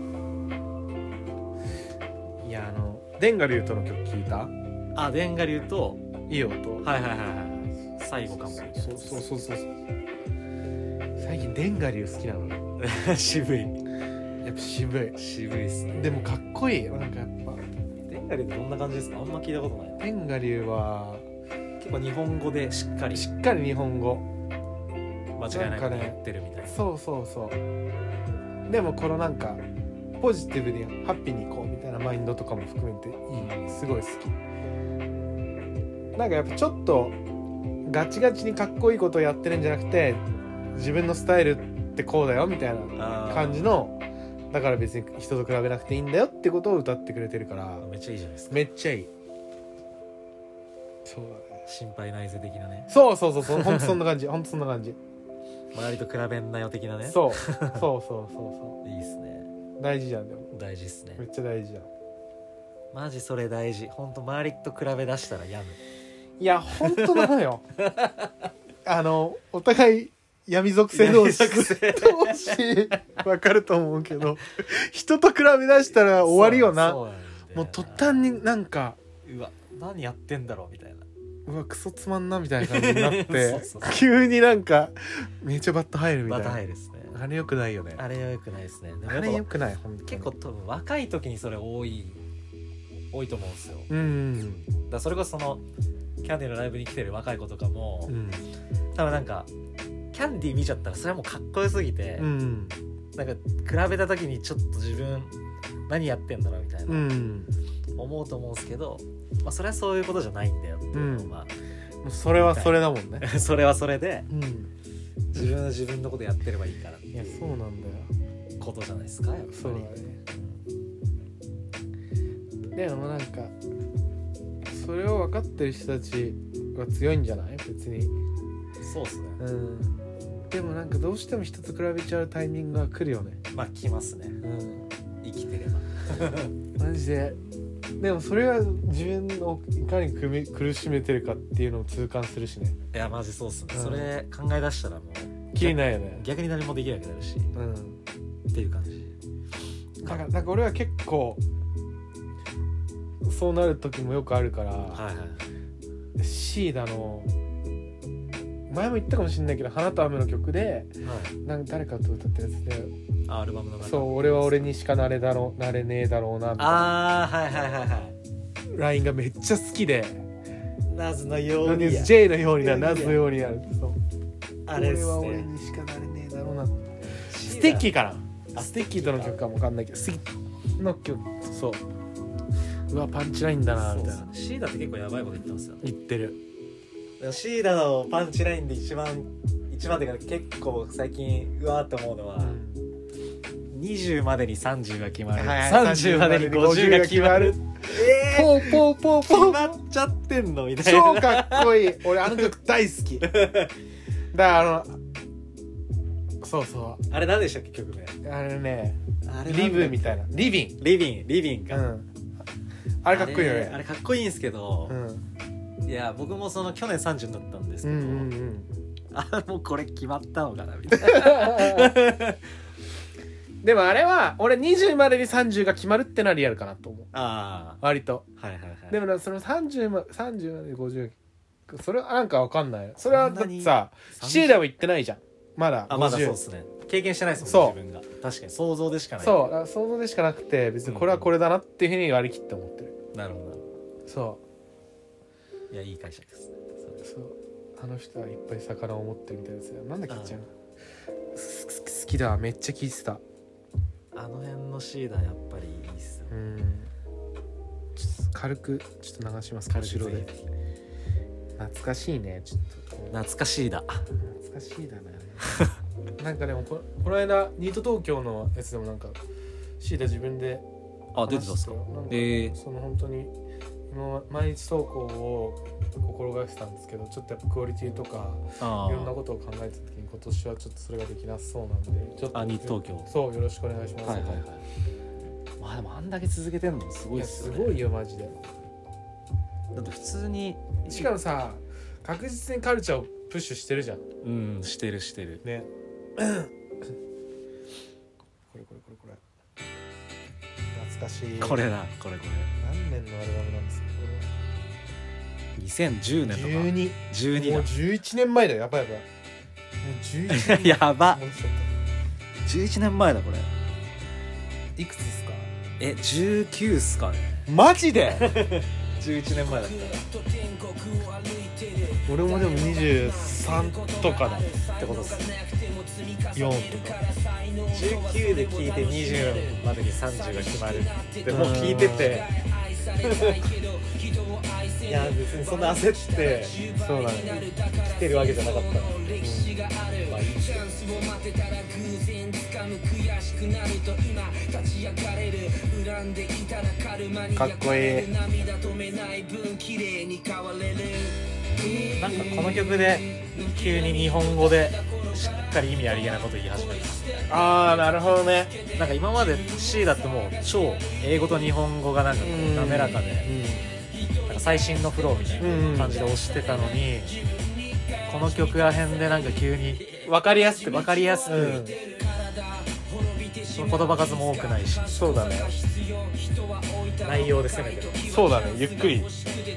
いやあのデンガリュウとの曲聞いたあデンガリュウとイオとはいはいはいはい最後かもみたいなやつそうそうそうそう最近デンガリュウ好きなの渋いやっぱ渋い渋いっすね。 でもかっこいいよなんかやっぱデンガリュウってどんな感じですか？あんま聞いたことない。 デンガリュウは結構日本語でしっかりしっかり日本語間違いないことなんかね言ってるみたいな。 そうそうそうでもこのなんかポジティブにハッピーにいこうみたいなマインドとかも含めていいすごい好き。なんかやっぱちょっとガチガチにかっこいいことをやってるんじゃなくて自分のスタイルってこうだよみたいな感じのだから別に人と比べなくていいんだよってことを歌ってくれてるからめっちゃいいじゃないですか。 めっちゃいい。そうだね心配ないぜ的なね。 そうそうそうそうほんとそんな感じほんとそんな感じ周りと比べんなよ的なね。 そうそうそうそうそいいっすね。 う大事じゃんでも大事っすねめ。っちゃ大事じゃん。 マジそれ大事。ほんと周りと比べ出したら病む。 いや本当なのよあのお互い闇属性同士同士分かると思うけど人と比べ出したら終わりよな。 そうなんだよなもう途端になんかうわ何やってんだろうみたいな。 うわクソつまんなみたいな感じになってそうそう急になんかめっちゃバット入るみたバタいな。 入るっすね。 あれよくないよね。 あれは良くないですね。でもあやっぱれよくない本当に結構多分若い時にそれ多い多いと思うんですよ。だうんからそれこそそのキャンディーのライブに来てる若い子とかも、 うん多分なんかキャンディー見ちゃったらそれはもうかっこよすぎて、 うんなんか比べた時にちょっと自分何やってんだろうみたいな、 うん思うと思うんですけど、まあ、それはそういうことじゃないんだよっていうのを、 うんまもうそれはそれだもんね。 あ、それはそれでうん自分は自分のことやってればいいからっていやいそうなんだよ。 うことじゃないですかやっぱり。 そうだね。でもなんかそれを分かってる人たちは強いんじゃない別に。 そうっすね。 うんでもなんかどうしても人と比べちゃうタイミングが来るよね。 まあ来ますね。 うん生きてれば。 マジで。でもそれは自分をいかに苦み苦しめてるかっていうのを痛感するしね。 いやマジそうっすね、 うんそれ考え出したらもうきりないよね。 逆に何もできなくなるしうんっていう感じ。 だからなんか俺は結構そうなる時もよくあるから、 はいはい C だの前も言ったかもしれないけど花と雨の曲ではいなんか誰かと歌ってるやつであアルバムの中そう俺は俺にしかなれだろうなれねえだろうなみたいなああはいはいはいはいラインがめっちゃ好きでナズのようにや J のようになるいやいやナズのようになるそうあれっすね俺は俺にしかなれねえだろうなステッキーかなあステッキーとの曲かもわかんないけどステッキーの曲そううわパンチラインだなみたいな。 シーダって結構やばいこと言ってますよ。 言ってる。 シーダのパンチラインで一番一番っていうか結構最近うわーって思うのは、うん、にじゅうまでにさんじゅうが決まる、はいはい、さんじゅうまでにごじゅうが決まる、 えー、ポーポーポーポー決まっちゃってんのみたいな。 超かっこいい。俺あの曲大好き。だからあのそうそうあれ何でしたっけ曲名。 あれねあれリブみたいなリビンリビンリビンか、うん、 あれかっこいいよね。 あれ、あれかっこいいんですけど、 うん、 いや僕もその去年さんじゅうになったんですけど、うんうんうん、あもうこれ決まったのかなみたいな。 でもあれは俺にじゅうまでにさんじゅうが決まるってのはリアルかなと思う。 ああ割と、 はいはいはい。 でもそのさんじゅうまでさんじゅうまでごじゅうそれはなんかわかんない。それはだってさシーダも言ってないじゃんまだ。 あまだそうですね。経験してないですもんね自分が。確かに想像でしかない。 そう想像でしかなくて別にこれはこれだなっていうふうに割り切って思ってる、 うん、なるほど。 そういやいい解釈ですね。 そうあの人はいっぱい魚を持ってるみたいですよ。なんだっけちゃん好きだめっちゃ聞いてた。 あの辺のシーダやっぱりいいっすよ。 うんちょっと軽くちょっと流します。 軽くで懐かしいね。ちょっと懐かしいだ懐かしいだね。なんかでも こ, この間ニート東京のやつでもなんかシーダ自分であ出てたっすか。 えー、その本当に今毎日投稿を心がけてたんですけどちょっとやっぱクオリティとかいろんなことを考えてた時に今年はちょっとそれができなそうなんでちょっとあニート東京そうよろしくお願いします。 はいはいはい。まあでもあんだけ続けてんのすごいっすよね。 すごいよマジで。 だって普通にしかもさ確実にカルチャーをプッシュしてるじゃん。 うんしてるしてるね。これこれこれこれ懐かしい。 これだこれこれ何年のアルバムなんですか。 にせんじゅうねんとかじゅうに、 じゅうにだ。 もうじゅういちねんまえだよ。やばいやばい。もうじゅういちねんやばじゅういちねんまえだこれ。 いくつですか。 えじゅうきゅうっすかね。 マジで。 じゅういちねんまえだった。 俺もでもにじゅうさんとかだってことですよんとか。 じゅうきゅうで聞いてにじゅうまでにさんじゅうが決まるってもう聞いてていや別にそんな焦ってそうだね来てるわけじゃなかったの、うん、まあいいかっこいい。 なんかこの曲で急に日本語でしっかり意味ありげなこと言い始めた。 あーなるほどね。 なんか今まで C だってもう超英語と日本語がなんかこう滑らかで、なんか最新のフローみたいな感じで押してたのに、この曲ら辺でなんか急に分かりやすく分かりやすく、うん、その言葉数も多くないし。 そうだね。 内容で攻めてる。 そうだねゆっくり。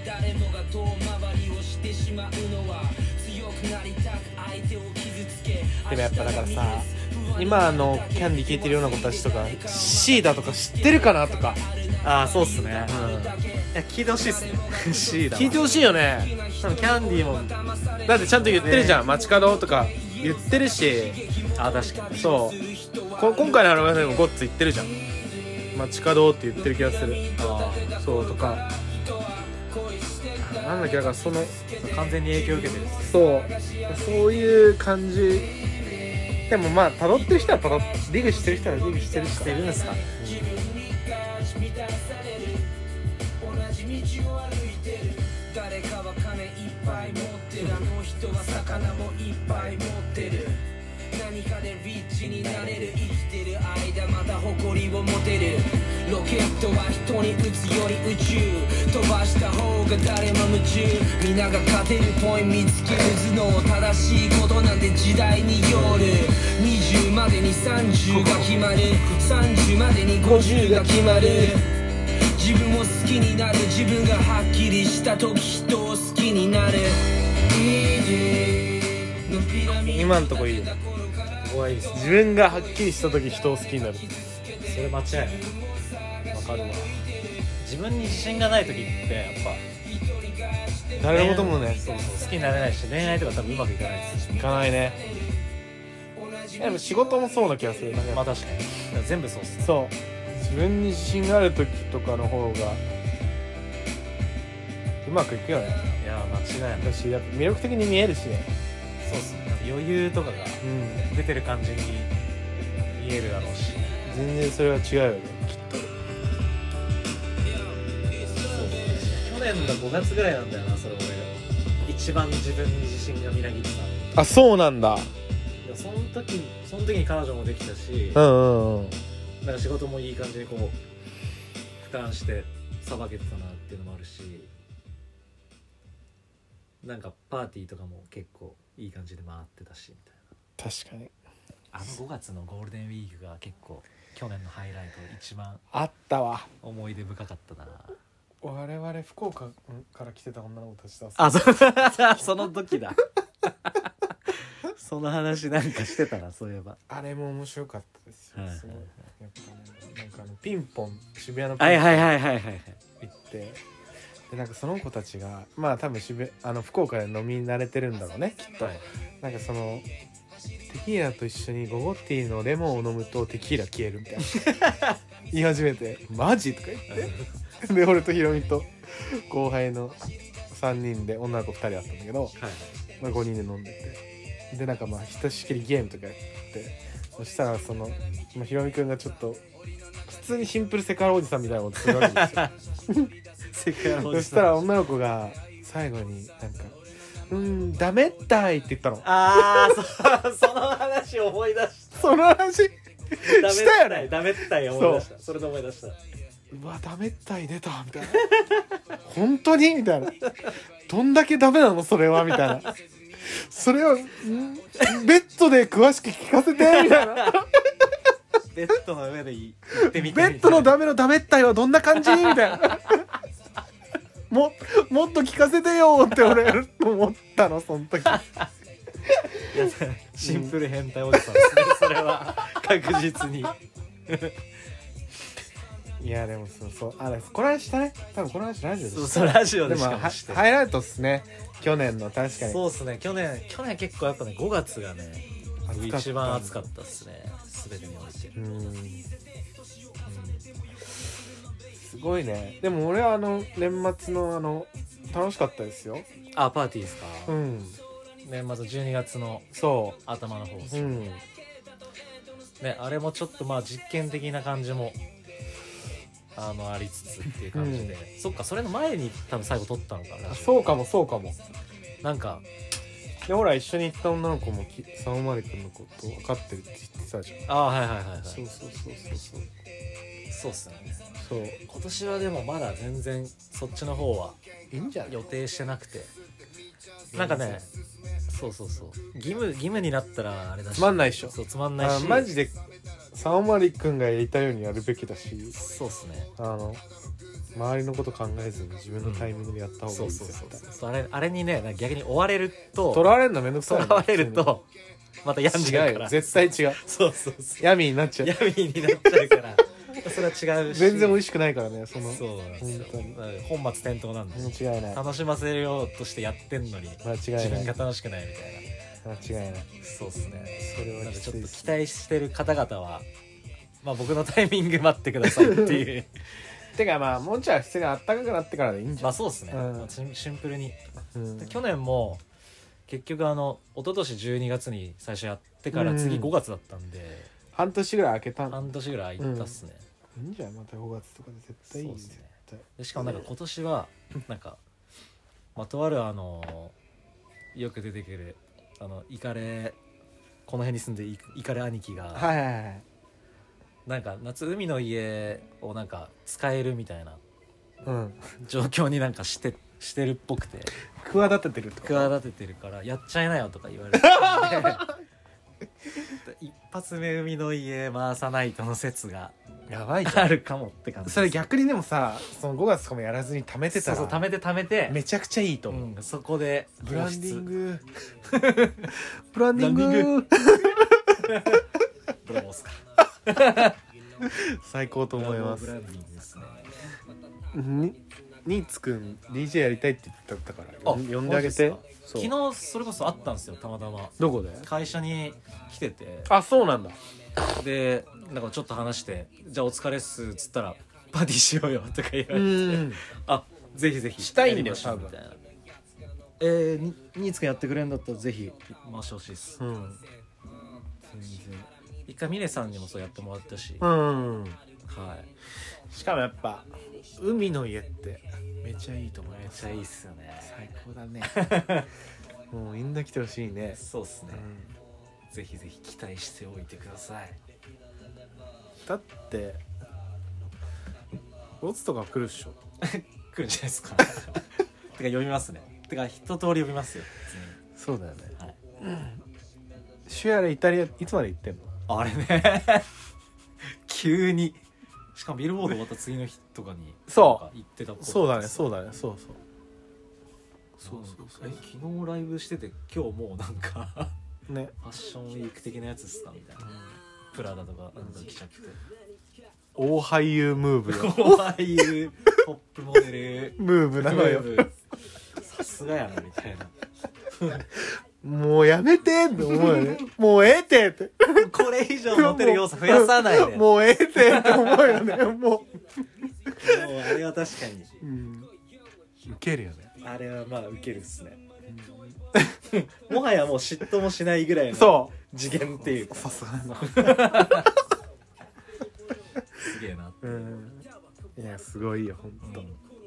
でもやっぱだからさ今あのキャンディー聴いてるような子たちとかシーダとか知ってるかなとか。 ああそうっすね、うん、いや聞いてほしいっすね。シーダ聞いてほしいよね。 多分キャンディーもだってちゃんと言ってるじゃん、ね、街角とか言ってるし。 あ確かにそうこ今回のアルバムでもゴッツ言ってるじゃん街角って言ってる気がする。あそうとかなんだっけだからその完全に影響を受けてる。 そうそういう感じ。でもまあ辿ってる人は辿ってリグしてる人はリグしてるししてるんですかね、誰かは金いっぱい持ってる、あの人は魚もいっぱい持ってる、何かでリッチになれる、生きてる間また誇りを持てる、ロケットは人に撃つより宇宙飛ばした方が誰も夢中、皆が勝てるポイン見つける頭脳、正しいことなんて時代による、にじゅうまでにさんじゅうが決まる、さんじゅうまでにごじゅうが決まる、自分を好きになる、自分がはっきりした時人を好きになる。 今のとこいいよ。 怖いです。 自分がはっきりした時人を好きになる。 それ間違いない。わかるわ。自分に自信がない時ってやっぱ誰のこともねそうそう好きになれないし、恋愛とか多分うまくいかないです。 いかないね。でも仕事もそうな気がする。 まあ確かに全部そうっすね。 そう自分に自信がある時とかの方がうまくいくよね。 いや間違いない。 私やっぱ魅力的に見えるしね。 そうっすね。余裕とかがうん出てる感じに見えるだろうし、 全然それは違うよねきっと。 去年のごがつぐらいなんだよな、それ俺一番自分に自信がみなぎってた。 あ、そうなんだ。 いやその時その時に彼女もできたし、 うんうんうん。 なんか仕事もいい感じにこう俯瞰してさばけてたなっていうのもあるし、なんかパーティーとかも結構いい感じで回ってたしみたい確かに。 な。あのごがつのゴールデンウィークが結構去年のハイライト一番あったわ。 思い出深かったな。 我々福岡から来てた女の子たちだ。 あ、そその時だその話なんかしてたな、そういえば。 あれも面白かったですよ。 はいはいはいすごいやっぱね、なんかあのピンポン渋谷のピンポンはいはいはいはいはいはい。 行ってでなんかその子たちがまあ多分渋あの福岡で飲み慣れてるんだろうねきっと。 はいなんかそのテキーラと一緒にゴゴッティのレモンを飲むとテキーラ消えるみたいな言い始めてマジとか言ってで俺とヒロミと後輩のさんにんで女の子ふたりだったんだけど、 はいまあ、ごにんで飲んでてでなんかまあひとしきりゲームとかやってそしたらその、まあ、ヒロミくんがちょっと普通にシンプルセクハラおじさんみたいなことするわけですよセクハラおそじさんしたら女の子が最後になんかうーんダメったいって言ったの。 あー そ, その話思い出したその話したよね。 ダメったい思い出した。 そ, それで思い出した。 うわダメったい出たみたいな本当にみたいなどんだけダメなのそれはみたいなそれをんベッドで詳しく聞かせてみたいなベッドの上で言ってみてベッドのダメのダメったいはどんな感じみたいなも, もっと聞かせてよって俺思ったのその時。 いやシンプル変態おじさんですね、それは確実にいやでもそうそうあれこの話したね多分この話ラジオでした。 そうそうラジオでしでもはかもしてハイライトっすね去年の。確かにそうっすね。去年去年結構やっぱねごがつがね暑かった一番暑かったっすね、全てにおいて。 うーんすごいね。でも俺はあの年末のあの楽しかったですよ。 あ、パーティーですか。 うん年末じゅうにがつのそ頭の方ですううんね。あれもちょっとまあ実験的な感じもあのありつつっていう感じで、うん、そっかそれの前に多分最後撮ったのかな。 そうかもそうかも。 なんかでほら一緒に行った女の子もサオマリ君のこと分かってるって言ってたじゃん。 ああはいはいはいはい。 そうそうそうそうそうそうっすね。 そう今年はでもまだ全然そっちの方はいいんじゃない予定してなくて、なんかねそうそうそう義務義務になったらあれだしつまんないっしょ。 そうつまんないし、 あマジでサオマリ君がやりたいようにやるべきだし、 そうっすね。 あの周りのこと考えずに自分のタイミングでやった方がいい。 そうそう絶対そうそうあれあれにねなんか逆に追われると取られるのめんどくさい、ね、 とらわれるとまた病んじゃう違うよから絶対違うそうそうそう闇になっちゃう。 闇になっちゃうからそれは違うし全然美味しくないからねそのそうなんですよ本当にだから本末転倒なんですよ。 間違いない楽しませようとしてやってんのに間違い自ない分が楽しくないみたい間違いないな。そうっすね。 それはなんでちょっと期きついっすね待してる方々はまあ僕のタイミング待ってくださいっていうてかまあもうちょい普通にあったかくなってからでいいんじゃん。 まあそうっすね、 うんまあシンシンプルにうん去年も結局あの一昨年じゅうにがつに最初やってから次うんごがつだったんで、 半年ぐらい空けたの半年ぐらい空いたっすね、 いいんじゃないまたごがつとかで絶対いいよそうっすね絶対でしかもなんか今年はなんか、まあ、とあるあのよく出てくるあのイカレこの辺に住んでるイカレ兄貴が、 はいはいはいなんか夏海の家をなんか使えるみたいなうん状況になんかしてしてるっぽくて企ててるとか企ててるからやっちゃいなよとか言われてたんで一発目海の家回さないとの説がやばいじゃんあるかもって感じです。 それ逆にでもさそのごがつとかもやらずに貯めてたらそうそう貯めて貯めてめちゃくちゃいいと思う、 うん、そこでブランディンググブランディンブランディングどうもっすか最高と思いますブランディングですね。 にニーツくん ディージェー やりたいって言ってたからあ呼んであげて。 マジですか。 そう昨日それこそ会ったんですよたまたまどこで？ 会社に来てて、 あそうなんだ。 でなんかちょっと話してじゃあお疲れっすっつったらパーティーしようよとか言われて、 うんあぜひぜひしたいんだよやりましょう多分みたいな。えー、にニーツくんやってくれるんだったらぜひ回してほしいです。 うん全然一回ミネさんにもそうやってもらったし、 うんはいしかもやっぱ海の家ってめっちゃいいと思う。 めっちゃいいっすよね。 最高だねもうみんな来てほしいね。 そうっすね、 うんぜひぜひ期待しておいてください。 だってボツとか来るっしょ。 来るんじゃないですかてか読みますね。てか一通り読みますよ。 そうだよね。 はい、 シュアレイタリアいつまで行ってんの？ あれね急にしかもビルボード終わった次の日とかにそうなんか行ってたっぽい。 そうだねそうだねそうそうそうそうそう。え昨日ライブしてて今日もうなんかねファッションウィーク的なやつっすかみたいな、プラダとかなんか着ちゃって大俳優ムーブよ怖いいうトップモデルムーブなのよ。 さすがやなみたいなもうやめてって思うよね。もうええってってこれ以上モテる要素増やさないでもうもうええってって思うよね。もうあれは確かにうんウケるよね。 あれはまあウケるっすねもはやもう嫉妬もしないぐらいのそ次元っていうかさすがだなすげえな。 うんいやすごいよほんと。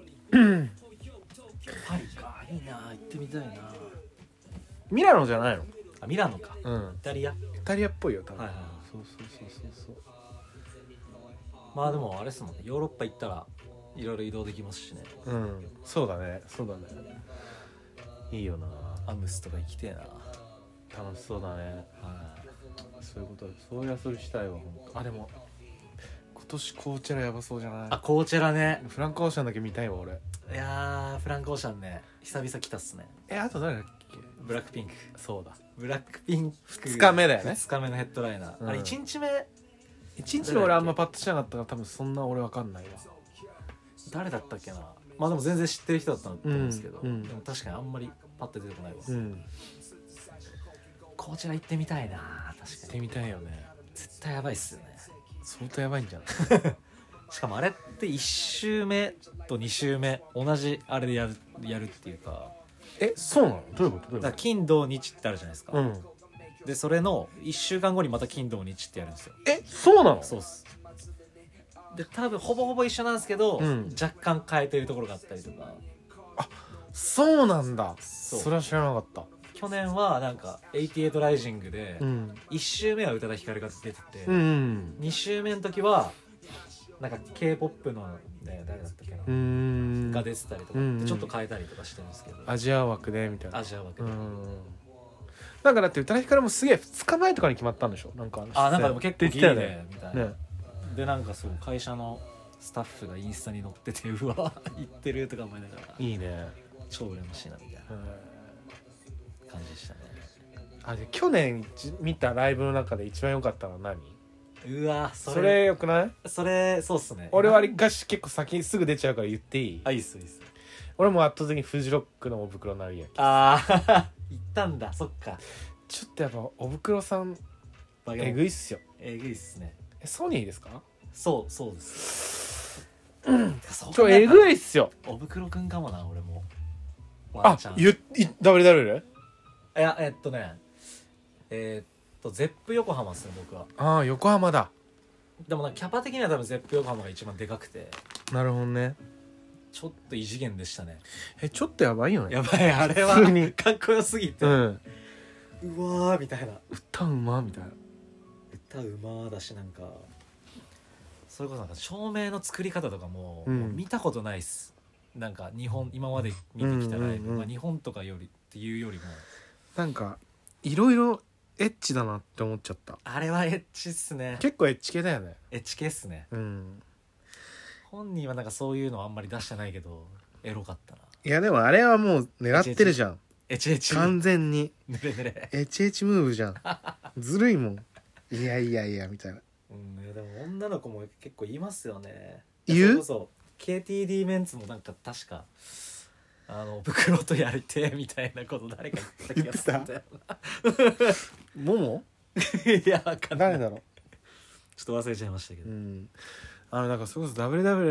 パリかいいな行ってみたいな。 ミラノじゃないの？ あミラノか、 うんイタリア。 イタリアっぽいよ多分。 はいはいはい。 そうそうそうそうそう。 まあでもあれっすもんね、ヨーロッパ行ったらいろいろ移動できますしね。 うんそうだねそうだね。いいよな。 アムスとか行きてえな。 楽しそうだね。 はそういうことそういう遊びしたいわほんと。あでも今年コーチェラやばそうじゃない？ あコーチェラね。 フランクオーシャンだけ見たいわ俺。 いやーフランクオーシャンね久々来たっすね。 えあと誰だっけ？ ブラックピンク。 そうだブラックピンクふつかめだよね。 ふつかめのヘッドライナー、 うんあれいちにちめ一日の俺あんまパッとしなかったから多分そんな俺わかんないわ。 誰だったっけな。まあでも全然知ってる人だったと思うんですけど、 うんうんでも確かにあんまりパッと出てこないわ、 うんこちら行ってみたいな。確行っかにてみたいよね。 絶対やばいっすよね。 相当やばいんじゃないしかもあれっていち周目とに周目同じあれでやるやるっていうか、 えそうなの？どういうことどういうこだから金土日ってあるじゃないですか、 と？うんでそれのいっしゅうかんごにまた金土日ってやるんですよ。 えそうなの？ そうっす。で多分ほぼほぼ一緒なんですけど、 うん若干変えてるところがあったりとか。 そうなんだ。 そうそれは知らなかった。 去年はなんかはちじゅうはちライジングで、 うんいち周目は宇多田ヒカルが出てて、 うんうんに周目の時はなんか K-ポップ の、ね、誰だったっけな、 うーんが出てたりとか、 うんうんちょっと変えたりとかしてるんですけど、 アジア枠でみたいな。 アジア枠で、 うんなんかだって宇多田ヒカルもすげえふつかまえとかに決まったんでしょ？なんかあなんかでも結構ギリ出てたよねでみたいな、 ねでなんかそう会社のスタッフがインスタに載っててうわ行ってるとか思いながらいいね。 超羨ましいなみたいな感じでしたね。 あで去年見たライブの中で一番良かったのは何？ うわそれそれよくない？ それそうっすね。 俺はりかし結構先すぐ出ちゃうから言っていい？ あいいっすいいっす。 俺も圧倒的にフジロックのおぶくろなりやき。 ああ行ったんだ。そっか。 ちょっとやっぱおぶくろさんバえぐいっすよ。 えぐいっすね。 えソニーですか？ そうそうです。 ちょえぐいっすよ。 おぶくろくんかもな俺も。 あゆいダブルダブル？ いやえっとねえー、っとゼップ横浜っすね僕は。 ああ横浜だ。 でもなキャパ的には多分ゼップ横浜が一番でかくてなるほどね。 ちょっと異次元でしたね。 えちょっとやばいよね。 やばいあれは普通にかっこよすぎて、 う。 うんわーみたいな。 歌うまみたいな。 歌うまだしなんかそれこそなんか照明の作り方とかも,、 うんもう見たことないっす。なんか日本今まで見てきたライブ、 うんうんうんまあ、日本とかよりっていうよりもなんかいろいろエッチだなって思っちゃった。 あれはエッチっすね。 結構エッチ系だよね。 エッチ系っすね。 うん。 本人はなんかそういうのあんまり出してないけどエロかったな。 いやでもあれはもう狙ってるじゃん。 エチエチ完全にぬれぬれ。 エチエチムーブじゃん。ずるいもん。いやいやいやみたいな。 うんいやでも女の子も結構いますよね。 言う？ それこそ ケーティーディー メンツもなんか確かあの袋とやりてみたいなこと誰か言ってた気がするんだよもも？ な。いやわかんない。 誰だろう。 ちょっと忘れちゃいましたけど。 うん。あのなんかそれこそ ダブリューダブリュー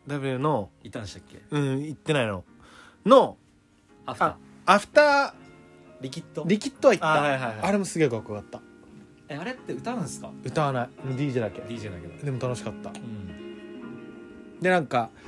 ダブリュー のいたんでしたっけ？ うん行ってないののアフターあアフターリキッドリキッドは行ったあ、はいはいはい、 あれもすげえかっこよかった。 えあれって歌うんですか？ 歌わない ディージェー だけディージェー だけど。 でも楽しかった。 うんでなんか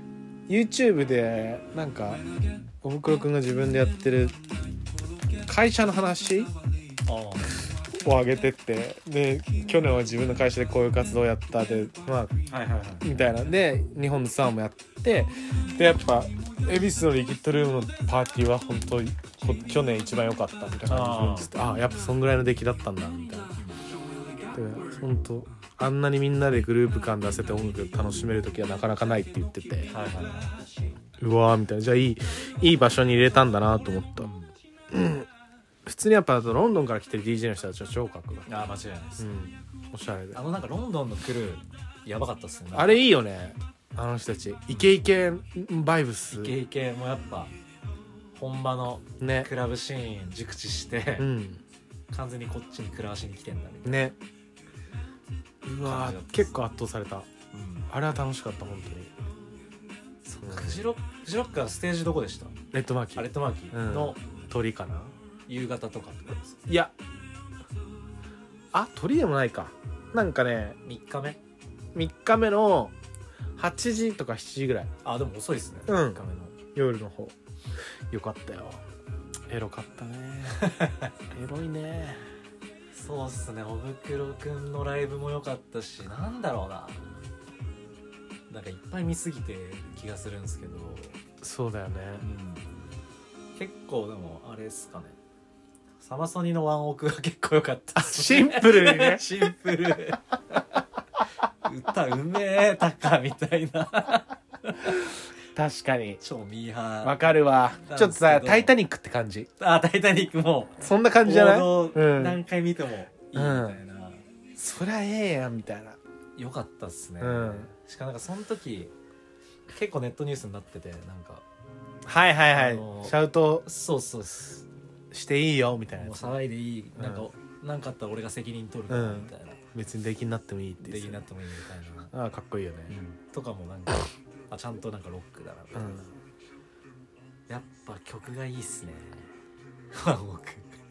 YouTube でなんかおふくろくんが自分でやってる会社の話あを上げてって、で去年は自分の会社でこういう活動をやったでまああはいはいはいみたいなんで日本のツアーもやってでやっぱ恵比寿のリキッドルームのパーティーは本当に去年一番良かったみたいな感じで、ああやっぱそんぐらいの出来だったんだみたいな。で本当あんなにみんなでグループ感出せて音楽楽しめる時はなかなかないって言ってて、 はいはいはい、 うわーみたいな、じゃあいいいい場所に入れたんだなと思った、うん、普通にやっぱロンドンから来てる ディージェー の人たちは超かっこよかった。 あ間違いないです、 うん、おしゃれであのなんかロンドンのクルーやばかったっすね。 あれいいよね、あの人たちイケイケバイブスイケイケもやっぱ本場のねクラブシーン熟知して、 うん、 完全にこっちに暮らしに来てんだみたいなね。うわー結構圧倒された、 うん、 あれは楽しかった本当に。 そう、フジロックフジロックはステージどこでした？ レッドマーキーあレッドマーキーの鳥かな、 夕方とかってことですか？ いやあ鳥でもないか、なんかねみっかめみっかめのはちじとかしちじぐらい。 あでも遅いですね、 うんみっかめの夜の方よかったよ。エロかったねエロいね。 そうっすね、おぶくろくんのライブも良かったし、なんだろうな、なんかいっぱい見すぎてる気がするんですけど。 そうだよね、 うん、結構でもあれですかね、サマソニのワンオクが結構良かったっす、ね、 シンプルにねシンプル歌うめえたかみたいな確かに超ミーハーわかるわ。ちょっとさタイタニックって感じ。 あタイタニックもそんな感じじゃない？ 王道うん、 何回見てもいいみたいな、うん、 そりゃええやんみたいな。 よかったっすね、 うん、 しかもなんかその時結構ネットニュースになってて、なんかはいはいはい、 あのー、 シャウトそうそうですしていいよみたいな、 もう騒いでいい、なんか、うん、なんかあったら俺が責任取るからみたいな、うん、 別に出来になってもいいって出来になってもいいみたいな、 ああかっこいいよね、 うん、とかもなんかあちゃんとなんかロックだなみたいな、うん、やっぱ曲がいいっすねワンオク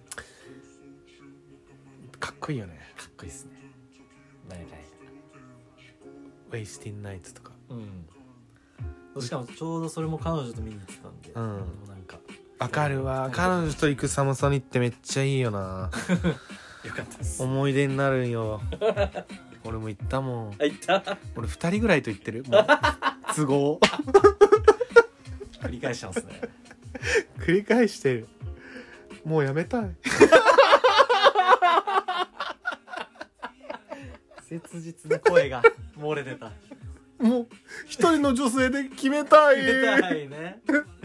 かっこいいよね。 かっこいいっすね。何かウェイスティンナイトとか、 うん、しかもちょうどそれも彼女と見に行ってたんで、 うん、 もうなんかわかるわ、彼女と行くサムソニってめっちゃいいよなよかったです。 思い出になるんよ俺も行ったもん。 あ行った俺ふたりぐらいと行ってるもう都合繰り返しますね繰り返してる。もうやめたい切実な声が漏れてたもう一人の女性で決めたい決めたいね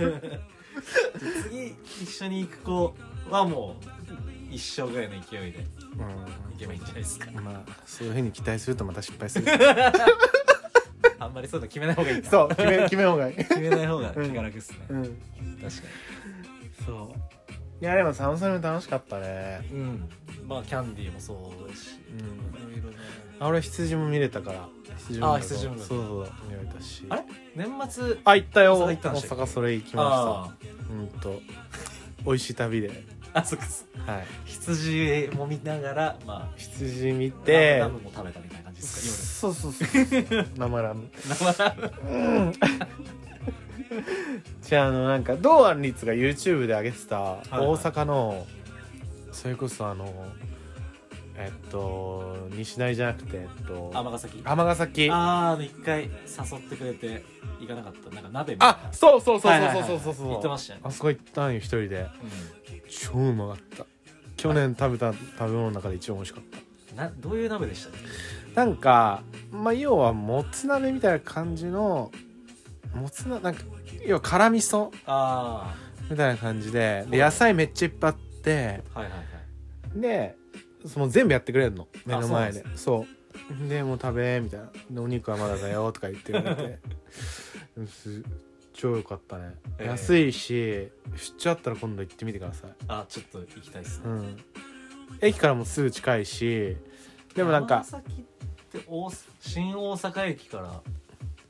次一緒に行く子はもう一生ぐらいの勢いで行けばいいんじゃないですか。 まあそういう風に期待するとまた失敗するあんまりそういうの決めない方がいいか。 そう決め決め方がいい決めない方が気が楽っすね、 うん、 確かにそう。いやでもサムソニも楽しかったね。 うん、まあキャンディーもそうだし、うん、いろいろね。 あ俺羊も見れたから。 羊もあ羊もそうそう見れたし。 あれ年末あ行ったよ。 大阪それ行きました。うんと美味しい旅で。 あそっかはい。羊も見ながらまあ羊見てラムも食べたみたいな感じですか夜。 そうそうそう生ラム生ラム。うんじゃああのなんか堂安律が YouTube で上げてた大阪のそれこそあのえっと西成じゃなくてえっと尼崎尼崎ああ一回誘ってくれて行かなかったなんか鍋みたいなあそうそうそうそうそうそうそう言ってましたね。 あそこ行ったんよ一人で、うん、超うまかった去年食べた食べ物の中で一番美味しかったなどういう鍋でしたっけ。 なんかまあ要はもつ鍋みたいな感じのもつななんか要は辛味噌あみたいな感じで、で野菜めっちゃいっぱいあって、 はいはいはいでその全部やってくれるの目の前で、そうでもう食べみたいなでお肉はまだだよとか言ってくれて超良かったね、えー、安いし出張あったら今度行ってみてください。 あちょっと行きたいですね、 うん、駅からもすぐ近いしでもなんか山崎って大新大阪駅から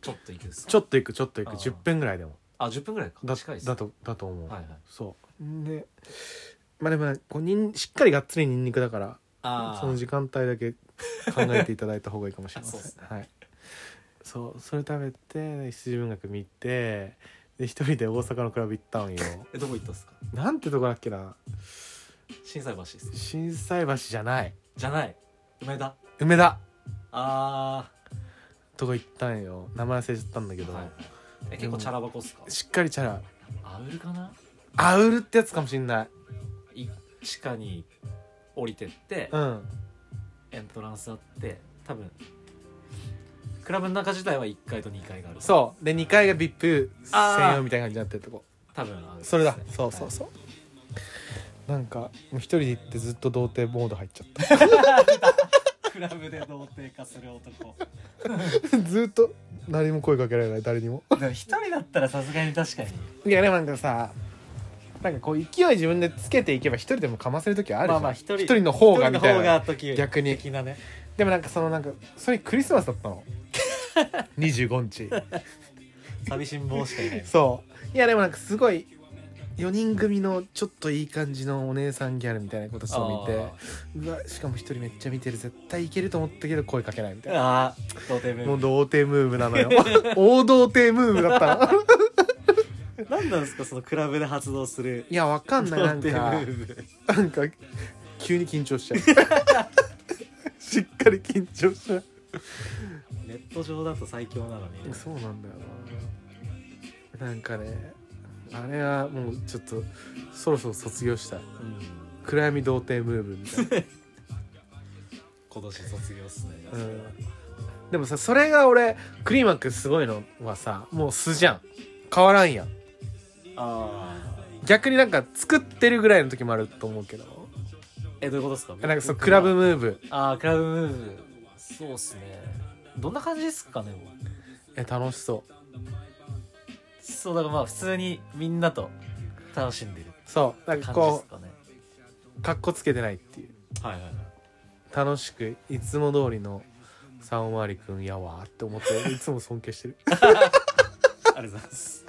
ちょっと行くですか？ ちょっと行くちょっと行くあーじゅっぷんぐらいでもあじゅっぷんぐらいかだ近いですだとだと思う、 はいはいそうでまあでもこうにんしっかりがっつりニンニクだからあその時間帯だけ考えていただいた方がいいかもしれませんそうですねはいそうそれ食べて羊文学見てで一人で大阪のクラブ行ったんよえどこ行ったんですか？ なんてとこだっけな心斎橋です心斎橋じゃないじゃない梅田梅田あとこ行ったんよ名前忘れちゃったんだけど、 ーはいえ結構チャラ箱っすか？ しっかりチャラアウルかなアウルってやつかもしんないい地下に降りてってうんエントランスあって多分クラブの中自体はいっかいとにかいがあるそうでにかいが ブイアイピーあー専用みたいな感じになってるとこ多分あるそれだですねそうそうそう、なんかもう一人で行ってずっと童貞モード入っちゃったクラブで童貞化する男ずっと何も声かけられない誰にもでも一人だったらさすがに確かにいやでもなんかさなんかこう勢い自分でつけていけば一人でもかませる時あるじゃん、 まあまあ一人一人の方がみたい一人の方なが時逆に的なねでもなんかそのなんかそれクリスマスだったのにじゅうごにち寂しん坊しかいないそういやでもなんかすごいよにん組のちょっといい感じのお姉さんギャルみたいなことを見てうわしかも一人めっちゃ見てる絶対いけると思ったけど声かけないみたいなあー童貞もうム童貞ムーブなのよ大童貞ムーブだったのーブ何なんですかそのクラブで発動するいやわかんないなん童か貞ムーブなんか急に緊張しちゃうしっかり緊張しちゃうネット上だと最強なのにそうなんだよななんかねあれはもうちょっとそろそろ卒業したいうん暗闇童貞ムーブみたいな今年卒業っすねうんでもさそれが俺クリーマックスすごいのはさもう素じゃん変わらんやんあー逆になんか作ってるぐらいの時もあると思うけどえどういうことですか？ なんかそのクラブムーブあークラブムーブそうっすねどんな感じですかねえ楽しそうそうだからまあ普通にみんなと楽しんでるそうなんか感じですこかねうかっこつけてないっていうはいはいはい楽しくいつも通りの三割くんやわーって思っていつも尊敬してるありがとうございます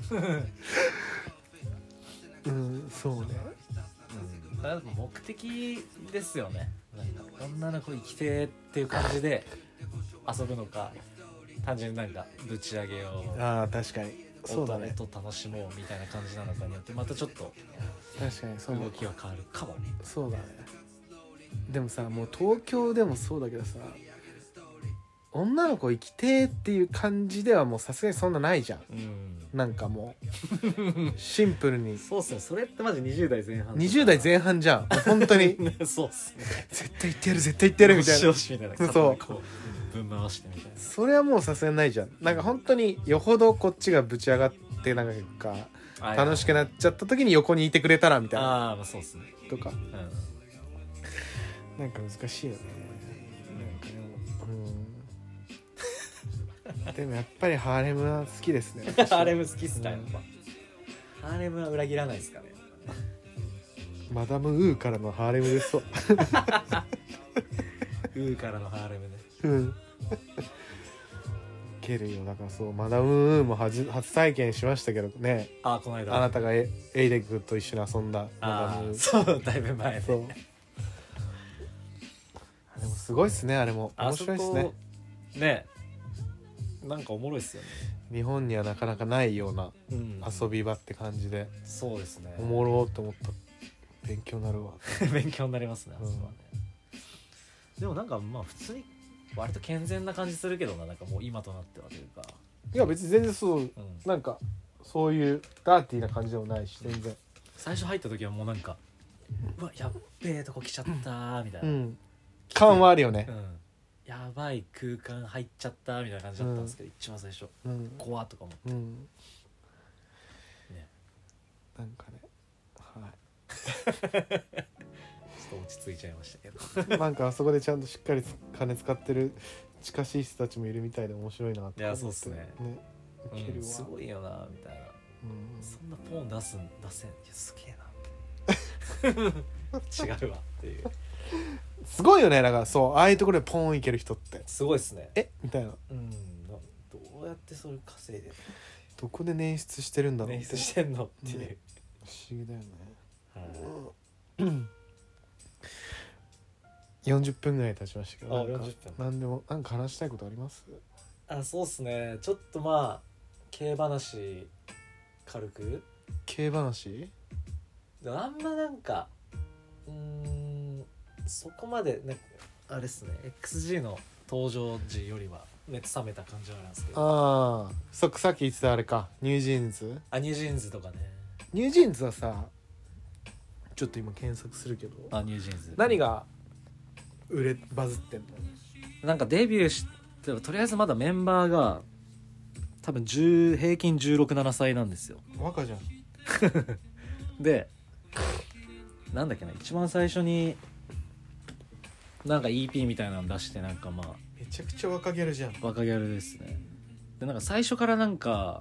うんそうねうん、だから目的ですよねなんか女の子生きてっていう感じで遊ぶのか単純になんかぶち上げをああ確かにそうだねと楽しもうみたいな感じなのかによってまたちょっと確かにそう動きは変わるかもそうだねでもさもう東京でもそうだけどさ女の子生きてーっていう感じではもうさすがにそんなないじゃんうんなんかもうシンプルにそうっすねそれってマジにじゅう代前半にじゅう代前半じゃん本当にそうっすね絶対言ってやる絶対言ってやるみたいよしなよしみたいなそうこうぶん回してみたいなそれはもうさすがにないじゃんなんか本当によほどこっちがぶち上がってなんか楽しくなっちゃった時に横にいてくれたらみたいなああまあそうっすねとかうんなんか難しいよねなんかでもうんでもやっぱりハーレムは好きですねハーレム好きっすかやっぱハーレムは裏切らないですかねマダムウーからのハーレムですそうウーからのハーレムねうんいけるよだからそうマダムウーも初初体験しましたけどねあこの間あなたがエエイデックと一緒に遊んだマダムウあーーそうだいぶ前ねそうでもすごいっすねあれもあそ面白いっすねこねなんかおもろいっすよね日本にはなかなかないようなうん遊び場って感じでそうですねおもろーって思った勉強になるわ勉強になりますねあうんそこはねでもなんかまあ普通に割と健全な感じするけどななんかもう今となってはというかいや別に全然そううんなんかそういうダーティーな感じでもないし全然最初入った時はもうなんかうわやっべえとこ来ちゃったーみたいうな、 ん感はあるよねうんやばい空間入っちゃったみたいな感じだったんですけど、一番最初うん怖っとか思ってうんねなんかねはいちょっと落ち着いちゃいましたけどなんかあそこでちゃんとしっかり金使ってる近しい人たちもいるみたいで面白いなっていやそうっすねねウケるわ、 うんすごいよなみたいなうんそんなポン出すん出せんいやすげえな違うわっていうすごいよねだからそうああいうところでポンいける人ってすごいっすねえみたいなうんどううやってそれ稼いでどこで捻出してるんだろう。 捻出してんのっていう、 ね不思議だよね。 はいよんじゅっぷんぐらい経ちましたけど、 あなんかよんじゅっぷんなんでもなんか話したいことあります？ あそうっすねちょっとまあ競話軽く競話？ でもあんまなんかうーんそこまでねあれっすね エックスジー の登場時よりは熱冷めた感じはあるんですけどああ、そっかさっき言ってたあれか、ニュージーンズ。 あニュージーンズとかねニュージーンズはさ、ちょっと今検索するけど、 あニュージーンズ何が売れバズってんの？ なんかデビューしてとりあえずまだメンバーが多分じゅう平均じゅうろく、ななさいなんですよ。 若じゃん。 でなんだっけな一番最初になんか イーピー みたいなの出してなんかまあめちゃくちゃ若ギャルじゃん。 若ギャルですね。でなんか最初からなんか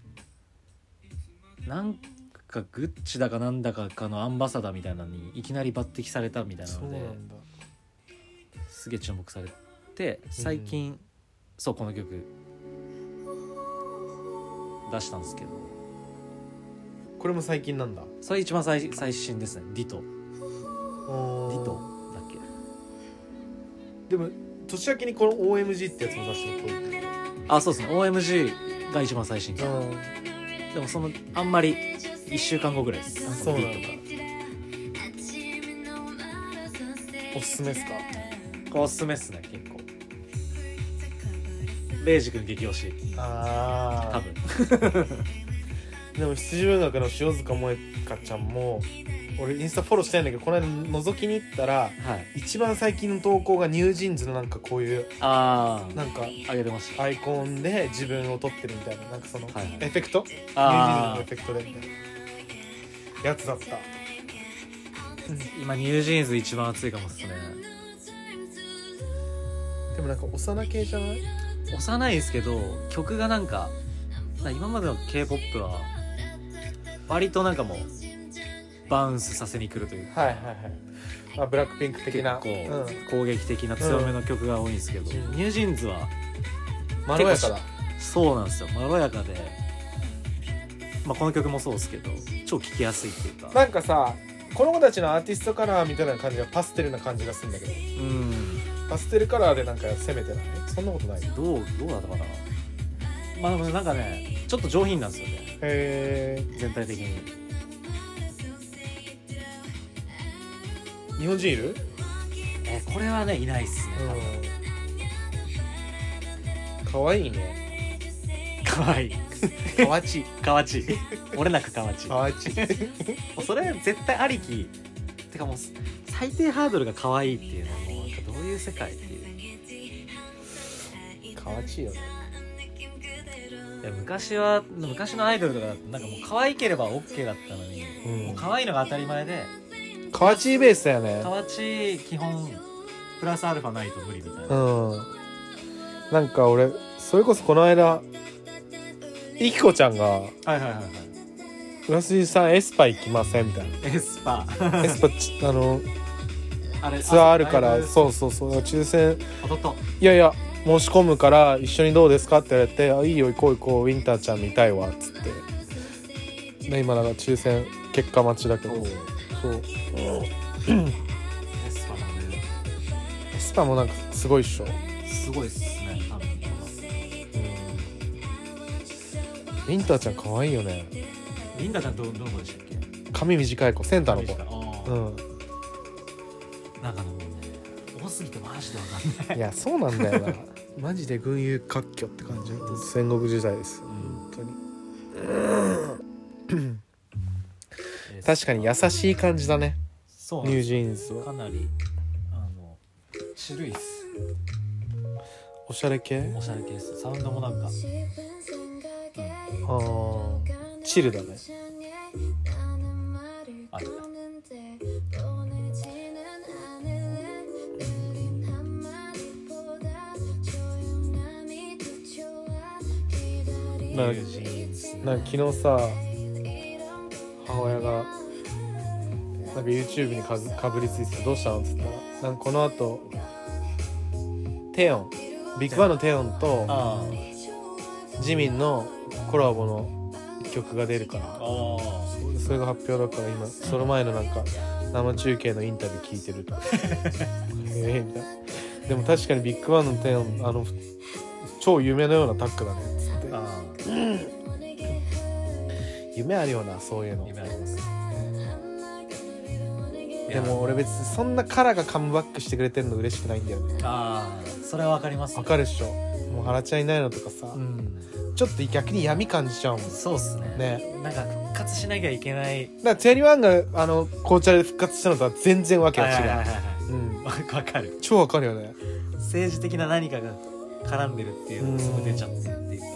なんかグッチだかなんだかかのアンバサダーみたいなのにいきなり抜擢されたみたいなそうのでなんだ。 すげえ注目されて最近、うん、そうこの曲出したんですけどこれも最近なんだ。 それ一番 最, 最新ですね。ディトディトだっけ。 でも年明けにこの オーエムジー ってやつも出してるっぽい。 あそうですね オーエムジー が一番最新か。でもそのあんまりいっしゅうかんごぐらいです。 あそうなんだ。 ディトかおすすめですか？ おすすめっすね結構。レイジ君激推し。 ああ多分でも羊文学の塩塚萌香ちゃんも俺インスタフォローしてないんだけどこの間覗きに行ったら、 はい、 一番最近の投稿がニュージーンズのなんかこういうあなんかあげてましたアイコンで自分を撮ってるみたいななんかその、 はいはい、 エフェクトニュージーンズのエフェクトでみたいなやつだった。 今ニュージーンズ一番熱いかもっすね。 でもなんか幼系じゃない？ 幼いですけど曲がなんか今までの K-ポップ は割となんかもうバウンスさせに来るというか、 はいはいはい、まあ、ブラックピンク的な結構、 うん、 攻撃的な強めの曲が多いんですけど、うん、ニュージーンズはまろやかだ。 そうなんですよまろやかで、まあ、この曲もそうですけど超聴きやすいっていうかなんかさこの子たちのアーティストカラーみたいな感じがパステルな感じがするんだけど、 うんパステルカラーでなんか攻めてない？そんなことない？ どうどうだったかな。まあでもなんかねちょっと上品なんですよね。 へー全体的に。 日本人いる？ えこれはねいないっすね。 うん、かわいいね。 かわいい。 かわちい。 かわちい。俺なくかわちい。 かわちい。 もうそれ絶対ありき。てかもう最低ハードルがかわいいっていうのはもうなんかどういう世界っていう。 かわちいよね。 いや昔は昔のアイドルとかだとなんかもう可愛ければ OK だったのに、うん、もう可愛いのが当たり前で。 かわちいベースだよね。 かわちい基本プラスアルファないと無理みたいな。 うん。なんか俺それこそこの間いきこちゃんがはいはいはいはい浦筋さんエスパ行きませんみたいな。 エスパエスパちあのあれツアーあるからそうそうそう抽選弟いやいや申し込むから一緒にどうですかって言われてあいいよ行こう行こうウィンターちゃん見たいわっつってで今だから抽選結果待ちだけどそうエスパもねエスパもなんかすごいっしょ。 すごいっすね多分、うん、 ウィンターちゃん可愛いよね。 ウィンターちゃんどどの子でしたっけ？ 髪短い子センターの子。うんなんかもうね多すぎてマジで分かんない。 いやそうなんだよなマジで群雄割拠って感じ。戦国時代です、うん、本当に確かに優しい感じだね。 そうニュージーンズはかなりあの種類っす。 おしゃれ系おしゃれ系っす。サウンドもなんか、うん、 あチルだね。 あれなんかなんか昨日さ母親がなんか YouTube にかかぶりついてどうしたのっつったらなんかこの後テヨンビッグバンのテヨンとジミンのコラボの曲が出るから、 あそれが発表だから今その前のなんか生中継のインタビュー聞いてるとええみたいな。でも確かにビッグバンの点あの超夢のようなタッグだねっつって。 あ夢あるよなそういうの。 夢あります。 でも俺別にそんなカラがカムバックしてくれてるの嬉しくないんだよね。 ああそれはわかります、ね、 わかるっしょ。もうハラちゃんいないのとかさ、 うん、 ちょっと逆に闇感じちゃうもん。 そうっすね。 ね、 なんか復活しなきゃいけない。 だからテリワンがあの紅茶で復活したのとは全然わけが違う。 はいはいはいはい、 うん、 わかる。 超わかるよね。 政治的な何かが絡んでるっていうのがすごい出ちゃってるっていうか、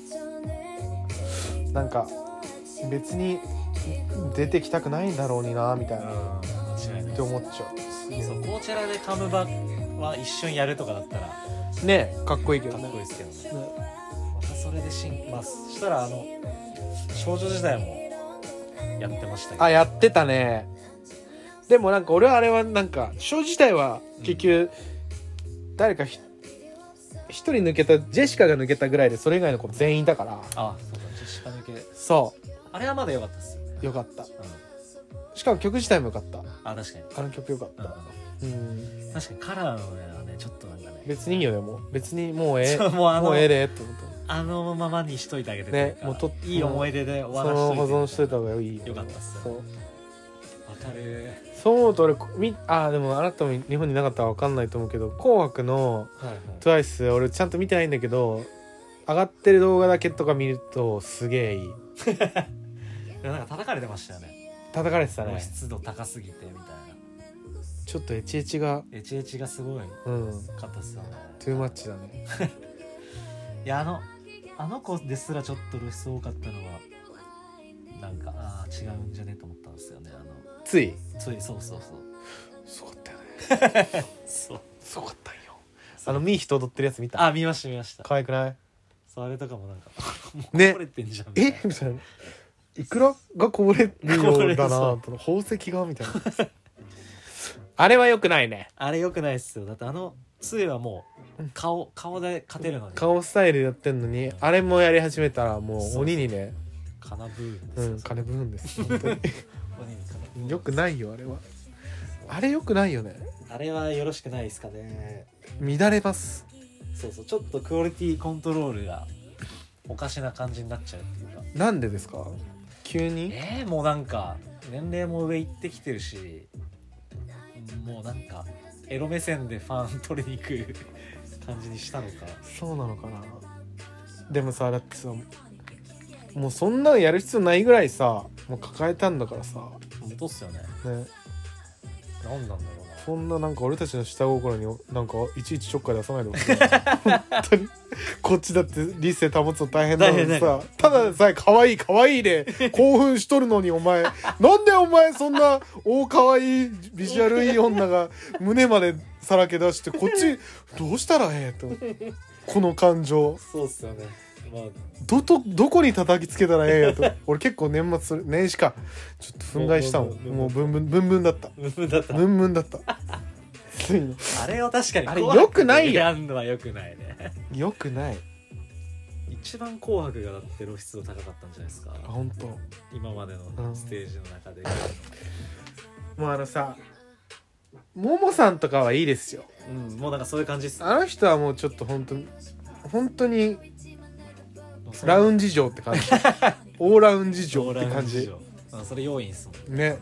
なんか別に出てきたくないんだろうになみたいな、 間違いないって思っちゃう。 そうコーチェラでカムバは一緒にやるとかだったらねかっこいいけどね。 かっこいいですけどね。またそれでしん、まあ、そしたらあの少女時代もやってましたけど。 あやってたね。でもなんか俺はあれはなんか少女時代は結局誰かひ一人抜けた、ジェシカが抜けたぐらいでそれ以外の子全員だから。 あそうだジェシカ抜けそあれはまだ良かったっすよね。 うよかった。 うんしかも曲自体もよかった。 あ確かにあの曲よかった。うん、 確かにカラーのねねちょっとなんかね別にいいよね。もう別にもうええそうもうあのもうええでって思っあのままにしといてあげてねもうといい思い出で終た。 わらしといてその保存しといた方がいいよ。 よかったっすそうわかる。 そう思うと俺みあでもあなたも日本になかったら分かんないと思うけど、紅白のはいはいトゥワイス 俺ちゃんと見てないんだけど上がってる動画だけとか見るとすげえいい。 いやなんか叩かれてましたよね。 叩かれてた露ね。 出度高すぎてみたいな。 ちょっとエチエチがエチエチがすごいうんかったっすよね。 トゥーマッチだね。 いやあのあの子ですらちょっと露出多かったのはなんかあー違うんじゃねと思ったんですよね。あのついついそうそうそうすごかったよね。 そうすごかったんよ。あのミーヒと踊ってるやつ見た。 あ見ました見ました。 可愛くない？ そうあれとかもなんかもうねこぼれてんじゃんみたいな。 えみたいな。いくらがこぼれるようだなこと宝石がみたいな。あれは良くないね。 あれ良くないっすよ。だってあの杖はもう顔顔で勝てるのに顔スタイルやってんのにあれもやり始めたらもう鬼にね。 カナブーンですよ。 うん金分です本当に。 鬼にカナよくないよあれは。あれよくないよね。 あれはよろしくないですかね。 乱れます。 そうそうちょっとクオリティコントロールがおかしな感じになっちゃうっていうか。 なんでですか急に？ えー、もうなんか年齢も上行ってきてるしもうなんかエロ目線でファン取りに行く感じにしたのか。 そうなのかな。でもさだってさもうそんなのやる必要ないぐらいさもう抱えたんだからさ本当っすよね。 ね。 なんなんだろうな。 そんななんか俺たちの下心になんかいちいちちょっかい出さないでほしい。本当にこっちだって理性保つの大変なのに大さただでさえ可愛い可愛いで興奮しとるのにお前なんでお前そんな大可愛いビジュアルいい女が胸までさらけ出してこっちどうしたらええとこの感情そうっすよね。まあどとどこに叩きつけたらええやと俺結構年末それ年始かちょっと憤慨したもん。もうブンブンブンブンだった無分だったブンブンだったついにあれは確かにあれ良くないよ。 やんのは良くないね。 よくない。 一番紅白がだって露出度高かったんじゃないですかあ本当。 今までのステージの中で。 もうあのさももさんとかはいいですよ。 うんもうなんかそういう感じっす。 あの人はもうちょっと本当に本当にラウンジ嬢って感じ。オーラウンジ嬢って感じあそれ要因っすもんね。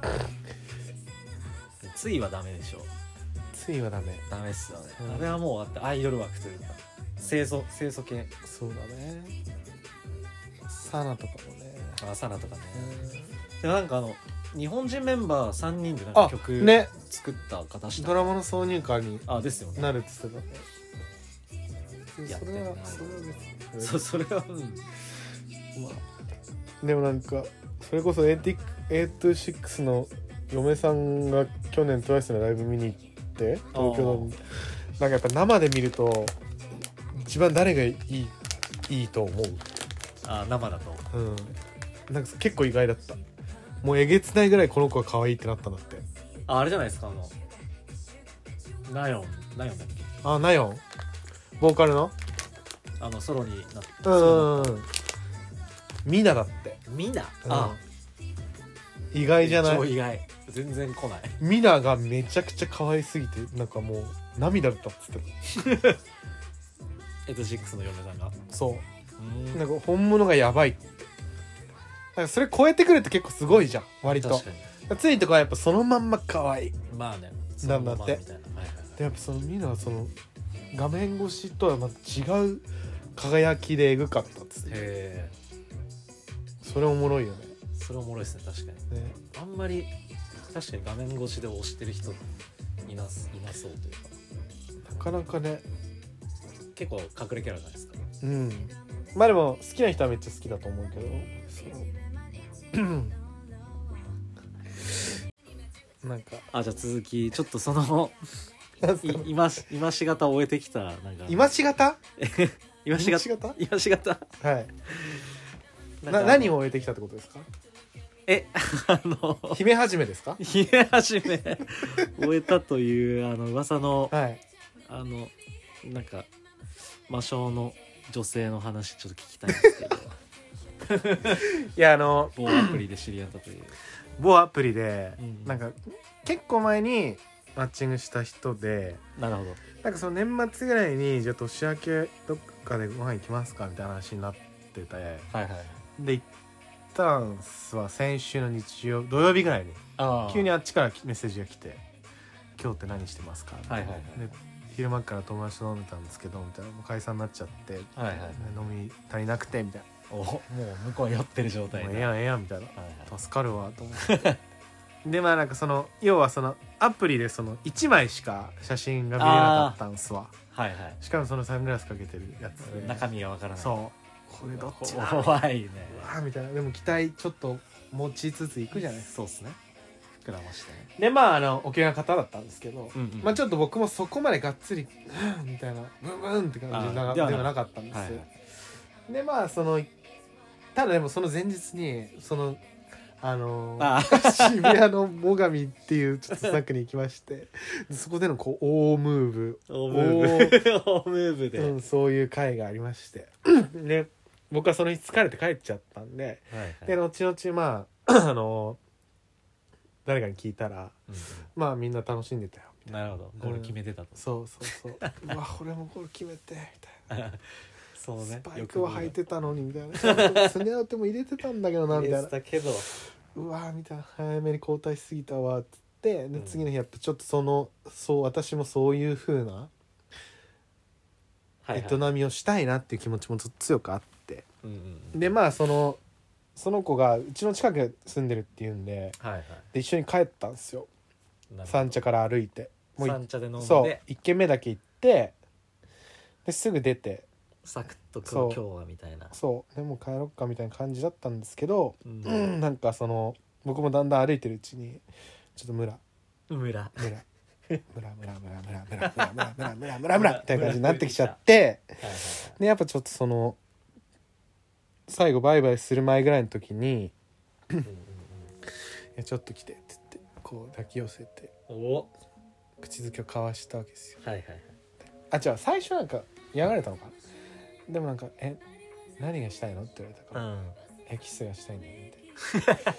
ついはダメでしょ。 ついはダメ。 ダメっすよね、 うん、 あれはもうだってアイドル枠というか清楚清楚系。 そうだね。サナとかもね。 あサナとかね、 うん、 でもなんかあの日本人メンバーさんにんでなんか曲ね作った方した、 ドラマの挿入歌にあですよねなるって言ってたね。 やってるなそれはそれは別にそそれはうんまあ、でもなんかそれこそエイティーシックスの嫁さんが去年トゥワイスのライブ見に行って東京のなんかやっぱ生で見ると一番誰がいいいいと思う。 あ生だとうんなんか結構意外だった。もうえげつないぐらいこの子が可愛いってなったんだって。 ああれじゃないですかあのナヨンナヨンだっけ。 あナヨンボーカルのあのソロになってうんうんミナだってみんなうんあ意外じゃない超意外全然来ないミナがめちゃくちゃ可愛すぎてなんかもう涙出たっつってるエイトシックスの嫁さんがそううんなんか本物がやばいってなんかそれ超えてくるって結構すごいじゃん割と確かについとかはやっぱそのまんま可愛いまあねなんだってそのままみたいなはいはいでやっぱそのミナはその画面越しとはまた違う輝きでエグかったっつってへえそれおもろいよねそれおもろいですね確かにねあんまり確かに画面越しで推してる人いなすいなそうというかなかなかね結構隠れキャラじゃないですかうんまあでも好きな人はめっちゃ好きだと思うけどそうなんかあじゃあ続きちょっとそのなんすかい今し今しがたを終えてきたなんか今しがた今しが今しがた今しがたはいなんかな何を終えてきたってことですかえあの姫始めですかひめ始め終えたというあの噂のはいあのなんか魔性の女性の話ちょっと聞きたいんですけどいやあの某アプリで知り合ったという某アプリで、 うんなんか結構前にマッチングした人でなるほどなんかその年末ぐらいにじゃあ年明けどっかでご飯行きますかみたいな話になっててはいはいで行ったんすは先週の日曜土曜日ぐらいにあ急にあっちからメッセージが来て「今日って何してますか?」みたいなはいはいはいで昼間から友達と飲んでたんですけどみたいなもう解散になっちゃって、 はいはい飲み足りなくてみたいおもう向こうは酔ってる状な「 態でもうええやんええやん」みたいなはいはい助かるわと思ってでまあなんかその要はそのアプリでそのいちまいしか写真が見れなかったんすわはいはいしかもそのサングラスかけてるやつで中身がわからないそうこれどっちだ怖いねうわーみたいなでも期待ちょっと持ちつついくじゃないそうっすね膨らましてねでまああのお綺麗な方だったんですけど、 うんうんまあちょっと僕もそこまでがっつりうんみたいなブンブンって感じでなあーではなではなかったんですよ、 はいはいでまあそのただでもその前日にそのあのーあ渋谷の最上っていうちょっとスナックに行きましてそこでのこう大ムーブ大ムーブ大ムーブで、 うん、そういう会がありましてで僕はその日疲れて帰っちゃったんではいはいで後々まああの誰かに聞いたらうんまあみんな楽しんでたようんなるほどゴール決めてたと、 そうそうそううわ俺もこれ決めてみたいなそうねスパイクは履いてたのにみたいなちゃんとスネア手も入れてたんだけどなみたいなだけどうわみたいな早めに交代しすぎたわっつってでうん次の日やっぱちょっとそのそう私もそういう風なはいはい営みをしたいなっていう気持ちもちょっと強くあってうんうんうんでまあそのその子がうちの近くに住んでるっていうんではいはいで一緒に帰ったんですよなるほど三茶から歩いてもうい三茶で飲んそうでいっ軒目だけ行ってですぐ出てサクッとそう今日はみたいなそうでもう帰ろっかみたいな感じだったんですけど、 うんうん、なんかその僕もだんだん歩いてるうちにちょっとムラ村ムラムラムラムラムラムラムラムラムラムラムラムラムラムラみたいな感じになってきちゃってはいはいでやっぱちょっとその最後バイバイする前ぐらいの時にはいうんうん 「いやちょっと来て」って言ってこう抱き寄せてうんお口づけを交わしたわけですよ。 はいはいはいあ違う最初なんか嫌がれたのかなでもなんか「え何がしたいの?」って言われたから「 うんえキスがしたいんだよ」みたいな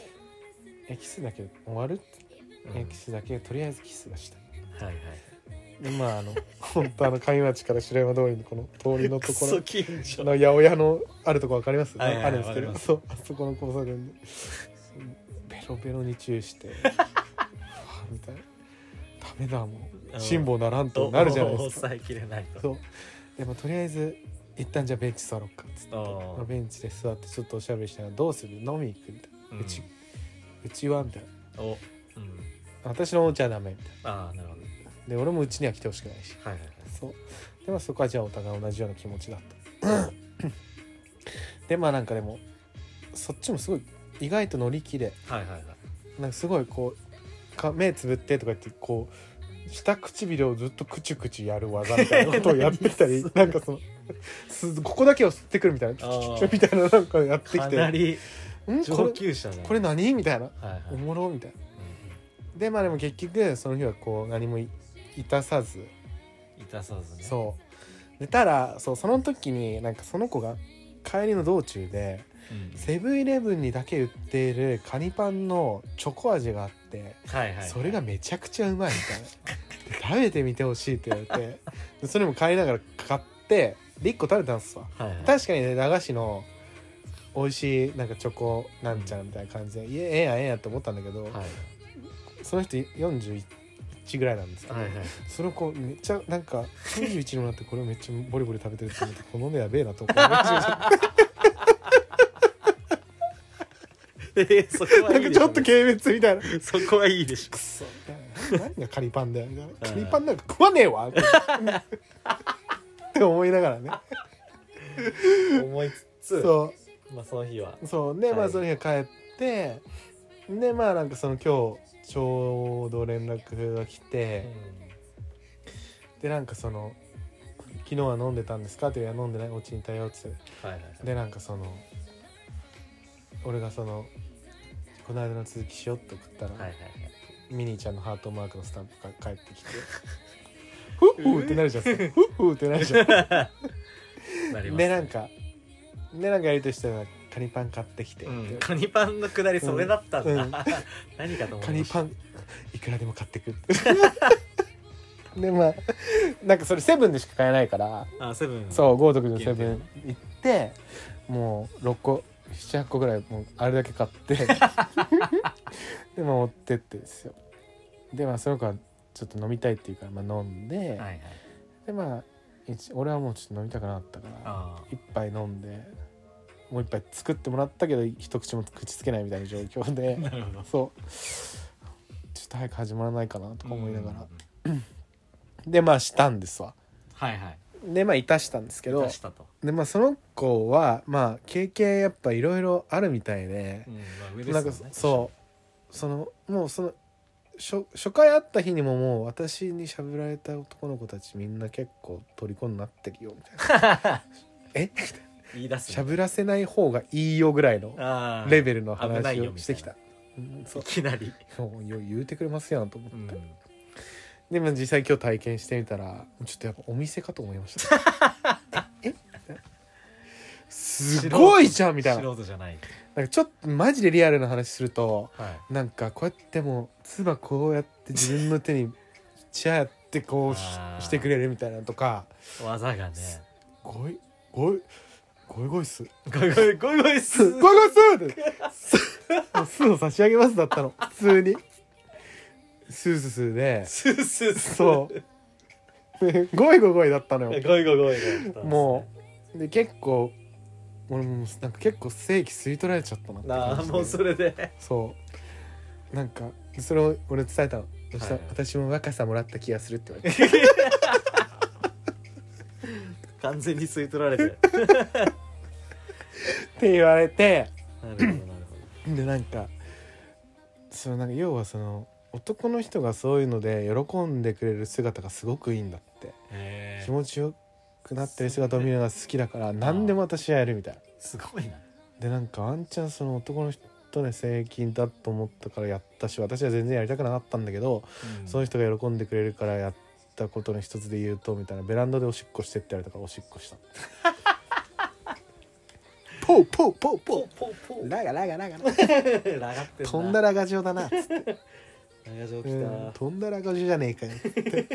「えキスだけ終わる?」って言って「えキスだけとりあえずキスがしたい」 はいはいでまああの本当あの上町から白山通りのこの通りのところクソ近所の八百屋のあるとこ分かります、 はいはいあるんですけわかりますどそうあそこの交差点でベロベロにチューしてうわみたいなダメだもう辛抱ならんとなるじゃないですか抑えきれないとそうでもとりあえず一旦じゃあベンチ座ろうかっつってあーベンチで座ってちょっとおしゃべりしながらどうする飲み行くみたいな、 ううんちうちはみたいなおうん私のお家はダメみたいああなるほどなで俺もうちには来てほしくないしはいはいはいそうでもそこはじゃあお互い同じような気持ちだったでまあなんかでもそっちもすごい意外と乗り気ではいはいはいなんかすごいこうか目つぶってとか言ってこう下唇をずっとクチュクチュやる技みたいなことをやってきたりなんかそのすここだけを吸ってくるみたいなチュチュチュチュみたいななんかやってきかてなりんこ上れ級者だこれ何みたいなはいはいおもろみたいなうでまあでも結局その日はこう何もいいたさずんいたさずねそうでただそうその時になんかその子が帰りの道中でセブンイレブンにだけ売っているカニパンのチョコ味があって、 はいはいはい、 それがめちゃくちゃうまいみたいなで食べてみてほしいって言われてでそれも帰りながら買ってでいっこ食べたんですわ、 はいはい、 確かにね駄菓子の美味しいなんかチョコなんちゃらみたいな感じで、うん、いやええやんええやんって思ったんだけど、はい、その人よんじゅういちぐらいなんですけど、はいはい、その子めっちゃなんかよんじゅういちにもなってこれめっちゃボリボリ食べてるって思ってこの目やべえなと思ってえー、そこはいいでしょ、ね、 なんかちょっと軽蔑みたいなそこはいいでしょくそ何がカニパンだよみたいなカニパンなんか食わねえわって思いながらね思いつつそうまあその日はそうで、はい、まあその日は帰ってでまあなんかその今日ちょうど連絡が来て、うん、でなんかその昨日は飲んでたんですかって言うや飲んでないお家にいたよって、はいはいはい、でなんかその俺がそのこの間の続きしようって送ったら、はいはいはい、ミニーちゃんのハートマークのスタンプが返ってきてフッフーってなるじゃんフッフーってなるじゃんなります、ね、でなんかでなんかやりとしたらカニパン買ってきて、 うん、カニパンのくだりそれだったんだ、うん、何かと思いました。 カニパンいくらでも買ってくでまあなんかそれセブンでしか買えないからあセブンそう豪徳寺のセブン行ってもうろっこななはっこぐらいもうあれだけ買ってでまあ持ってってですよ。でまあその子はちょっと飲みたいっていうから、まあ、飲んで、はいはい、でまあ俺はもうちょっと飲みたくなったから一杯飲んでもう一杯作ってもらったけど一口も口つけないみたいな状況でなるほどそうちょっと早く始まらないかなとか思いながらでまあしたんですわ。 はいはい。 でまあいたしたんですけどでまあその子はまあ経験やっぱいろいろあるみたいで、うんまあ、なんかそうそのもうその初, 初回会った日にももう私にしゃべられた男の子たちみんな結構虜になってるよみたいなえ言い出す、ね、 しゃべらせない方がいいよぐらいのレベルの話をしてきた。 うん、そういきなり言うてくれますやんと思って、うん、でも実際今日体験してみたらちょっとやっぱお店かと思いましたえすごいじゃんみたいな素人じゃないなんかちょっとマジでリアルな話すると、はい な, んかこうやっても唾こうやって自分の手にチャーってこう し, してくれるみたいなとか技がねごいごいごいごいっすごいごいごいごいっすごいごいっすってスーを差し上げますだったの普通にスーススーでスースースーそうごいごいごいだったのよごいごいごいだったんですね、 もうで結構俺もなんか結構正規吸い取られちゃったなって感じであもうそれでそうなんかそれを俺伝えたの、そしたら、はい、私も若さもらった気がするって言われて完全に吸い取られてって言われてなるほどなるほどでなんかそのなんか要はその男の人がそういうので喜んでくれる姿がすごくいいんだって気持ちよくなってる姿を見るのが好きだから何でも私はやるみたいなすごいな。 でなんかあんちゃんその男の人ね正規だと思ったからやったし私は全然やりたくなかったんだけど、うん、その人が喜んでくれるからやったことの一つで言うとみたいなベランダでおしっこしてって言われたからおしっこしたポーポーポーポーポーポーラガラガラガララガってんだ飛んだラガジョだなっつってラガジョ来た、うん、 飛んだラガジョじゃねえかよって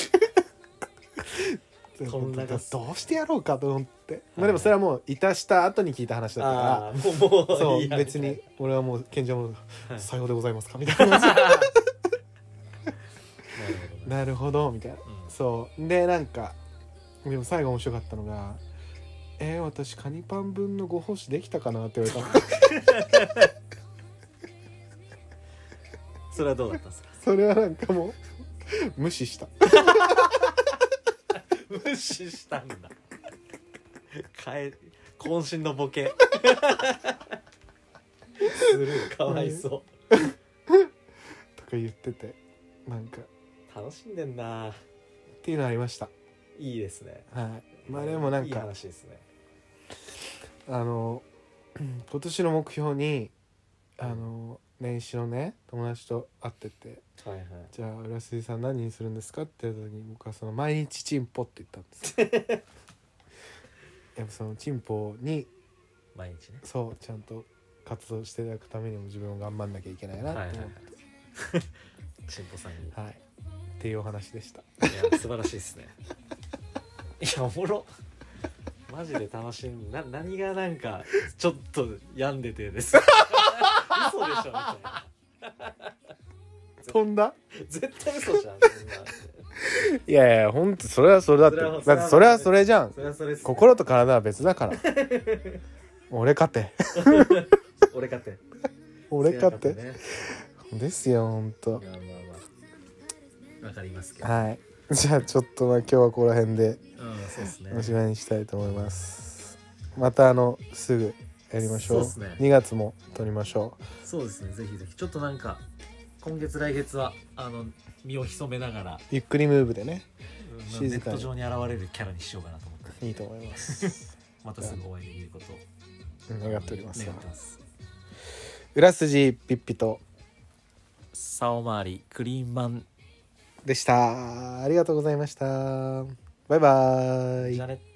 どうしてやろうかと思って、はい、まあでもそれはもういたした後に聞いた話だったからもうもうそういい別に俺はもう賢者もさようでございますかみたいななるほどみたいな、うん、そうでなんかでも最後面白かったのがえー、私カニパン分のご奉仕できたかなって言われたそれはどうだったんですか。 それはなんかもう無視した無視したんだかえ渾身のボケするかわいそうとか言っててなんか楽しんでんなっていうのありました。 いいですね。 はいまあでもなんかいい話ですね。 あの今年の目標にあの年始のね友達と会ってて、 はいはいじゃあ浦筋さん何にするんですかって言った時に僕はその毎日チンポって言ったんですやっぱそのチンポに毎日ねそうちゃんと活動していただくためにも自分を頑張んなきゃいけないなって思って、 はいはいはいチンポさんに、 はい、っていうお話でした。 いや素晴らしいですねいやおもろマジで楽しんな何がなんかちょっと病んでてです嘘でしょみたいな飛んだ絶対嘘じゃんそんないやいやほんとそれはそれだってそれはだってそれはそれじゃんそれはそれですね心と体は別だから俺勝て俺勝て俺勝て、 ね、 ですよほんと。 まあまあまあわかりますけどはいじゃあちょっとまあ今日はここら辺でうんそうですねおしまいにしたいと思います。またあのすぐやりましょう。 そうですねにがつも撮りましょう。 そうですねぜひぜひちょっとなんか今月来月はあの身を潜めながらゆっくりムーブでねうん静かにネット上に現れるキャラにしようかなと思っていいと思いますまたすぐお会いできることをうん願っております願ってます裏筋ピッピと竿回りクリーンマンでした。ありがとうございました。バイバーイ。 じゃあね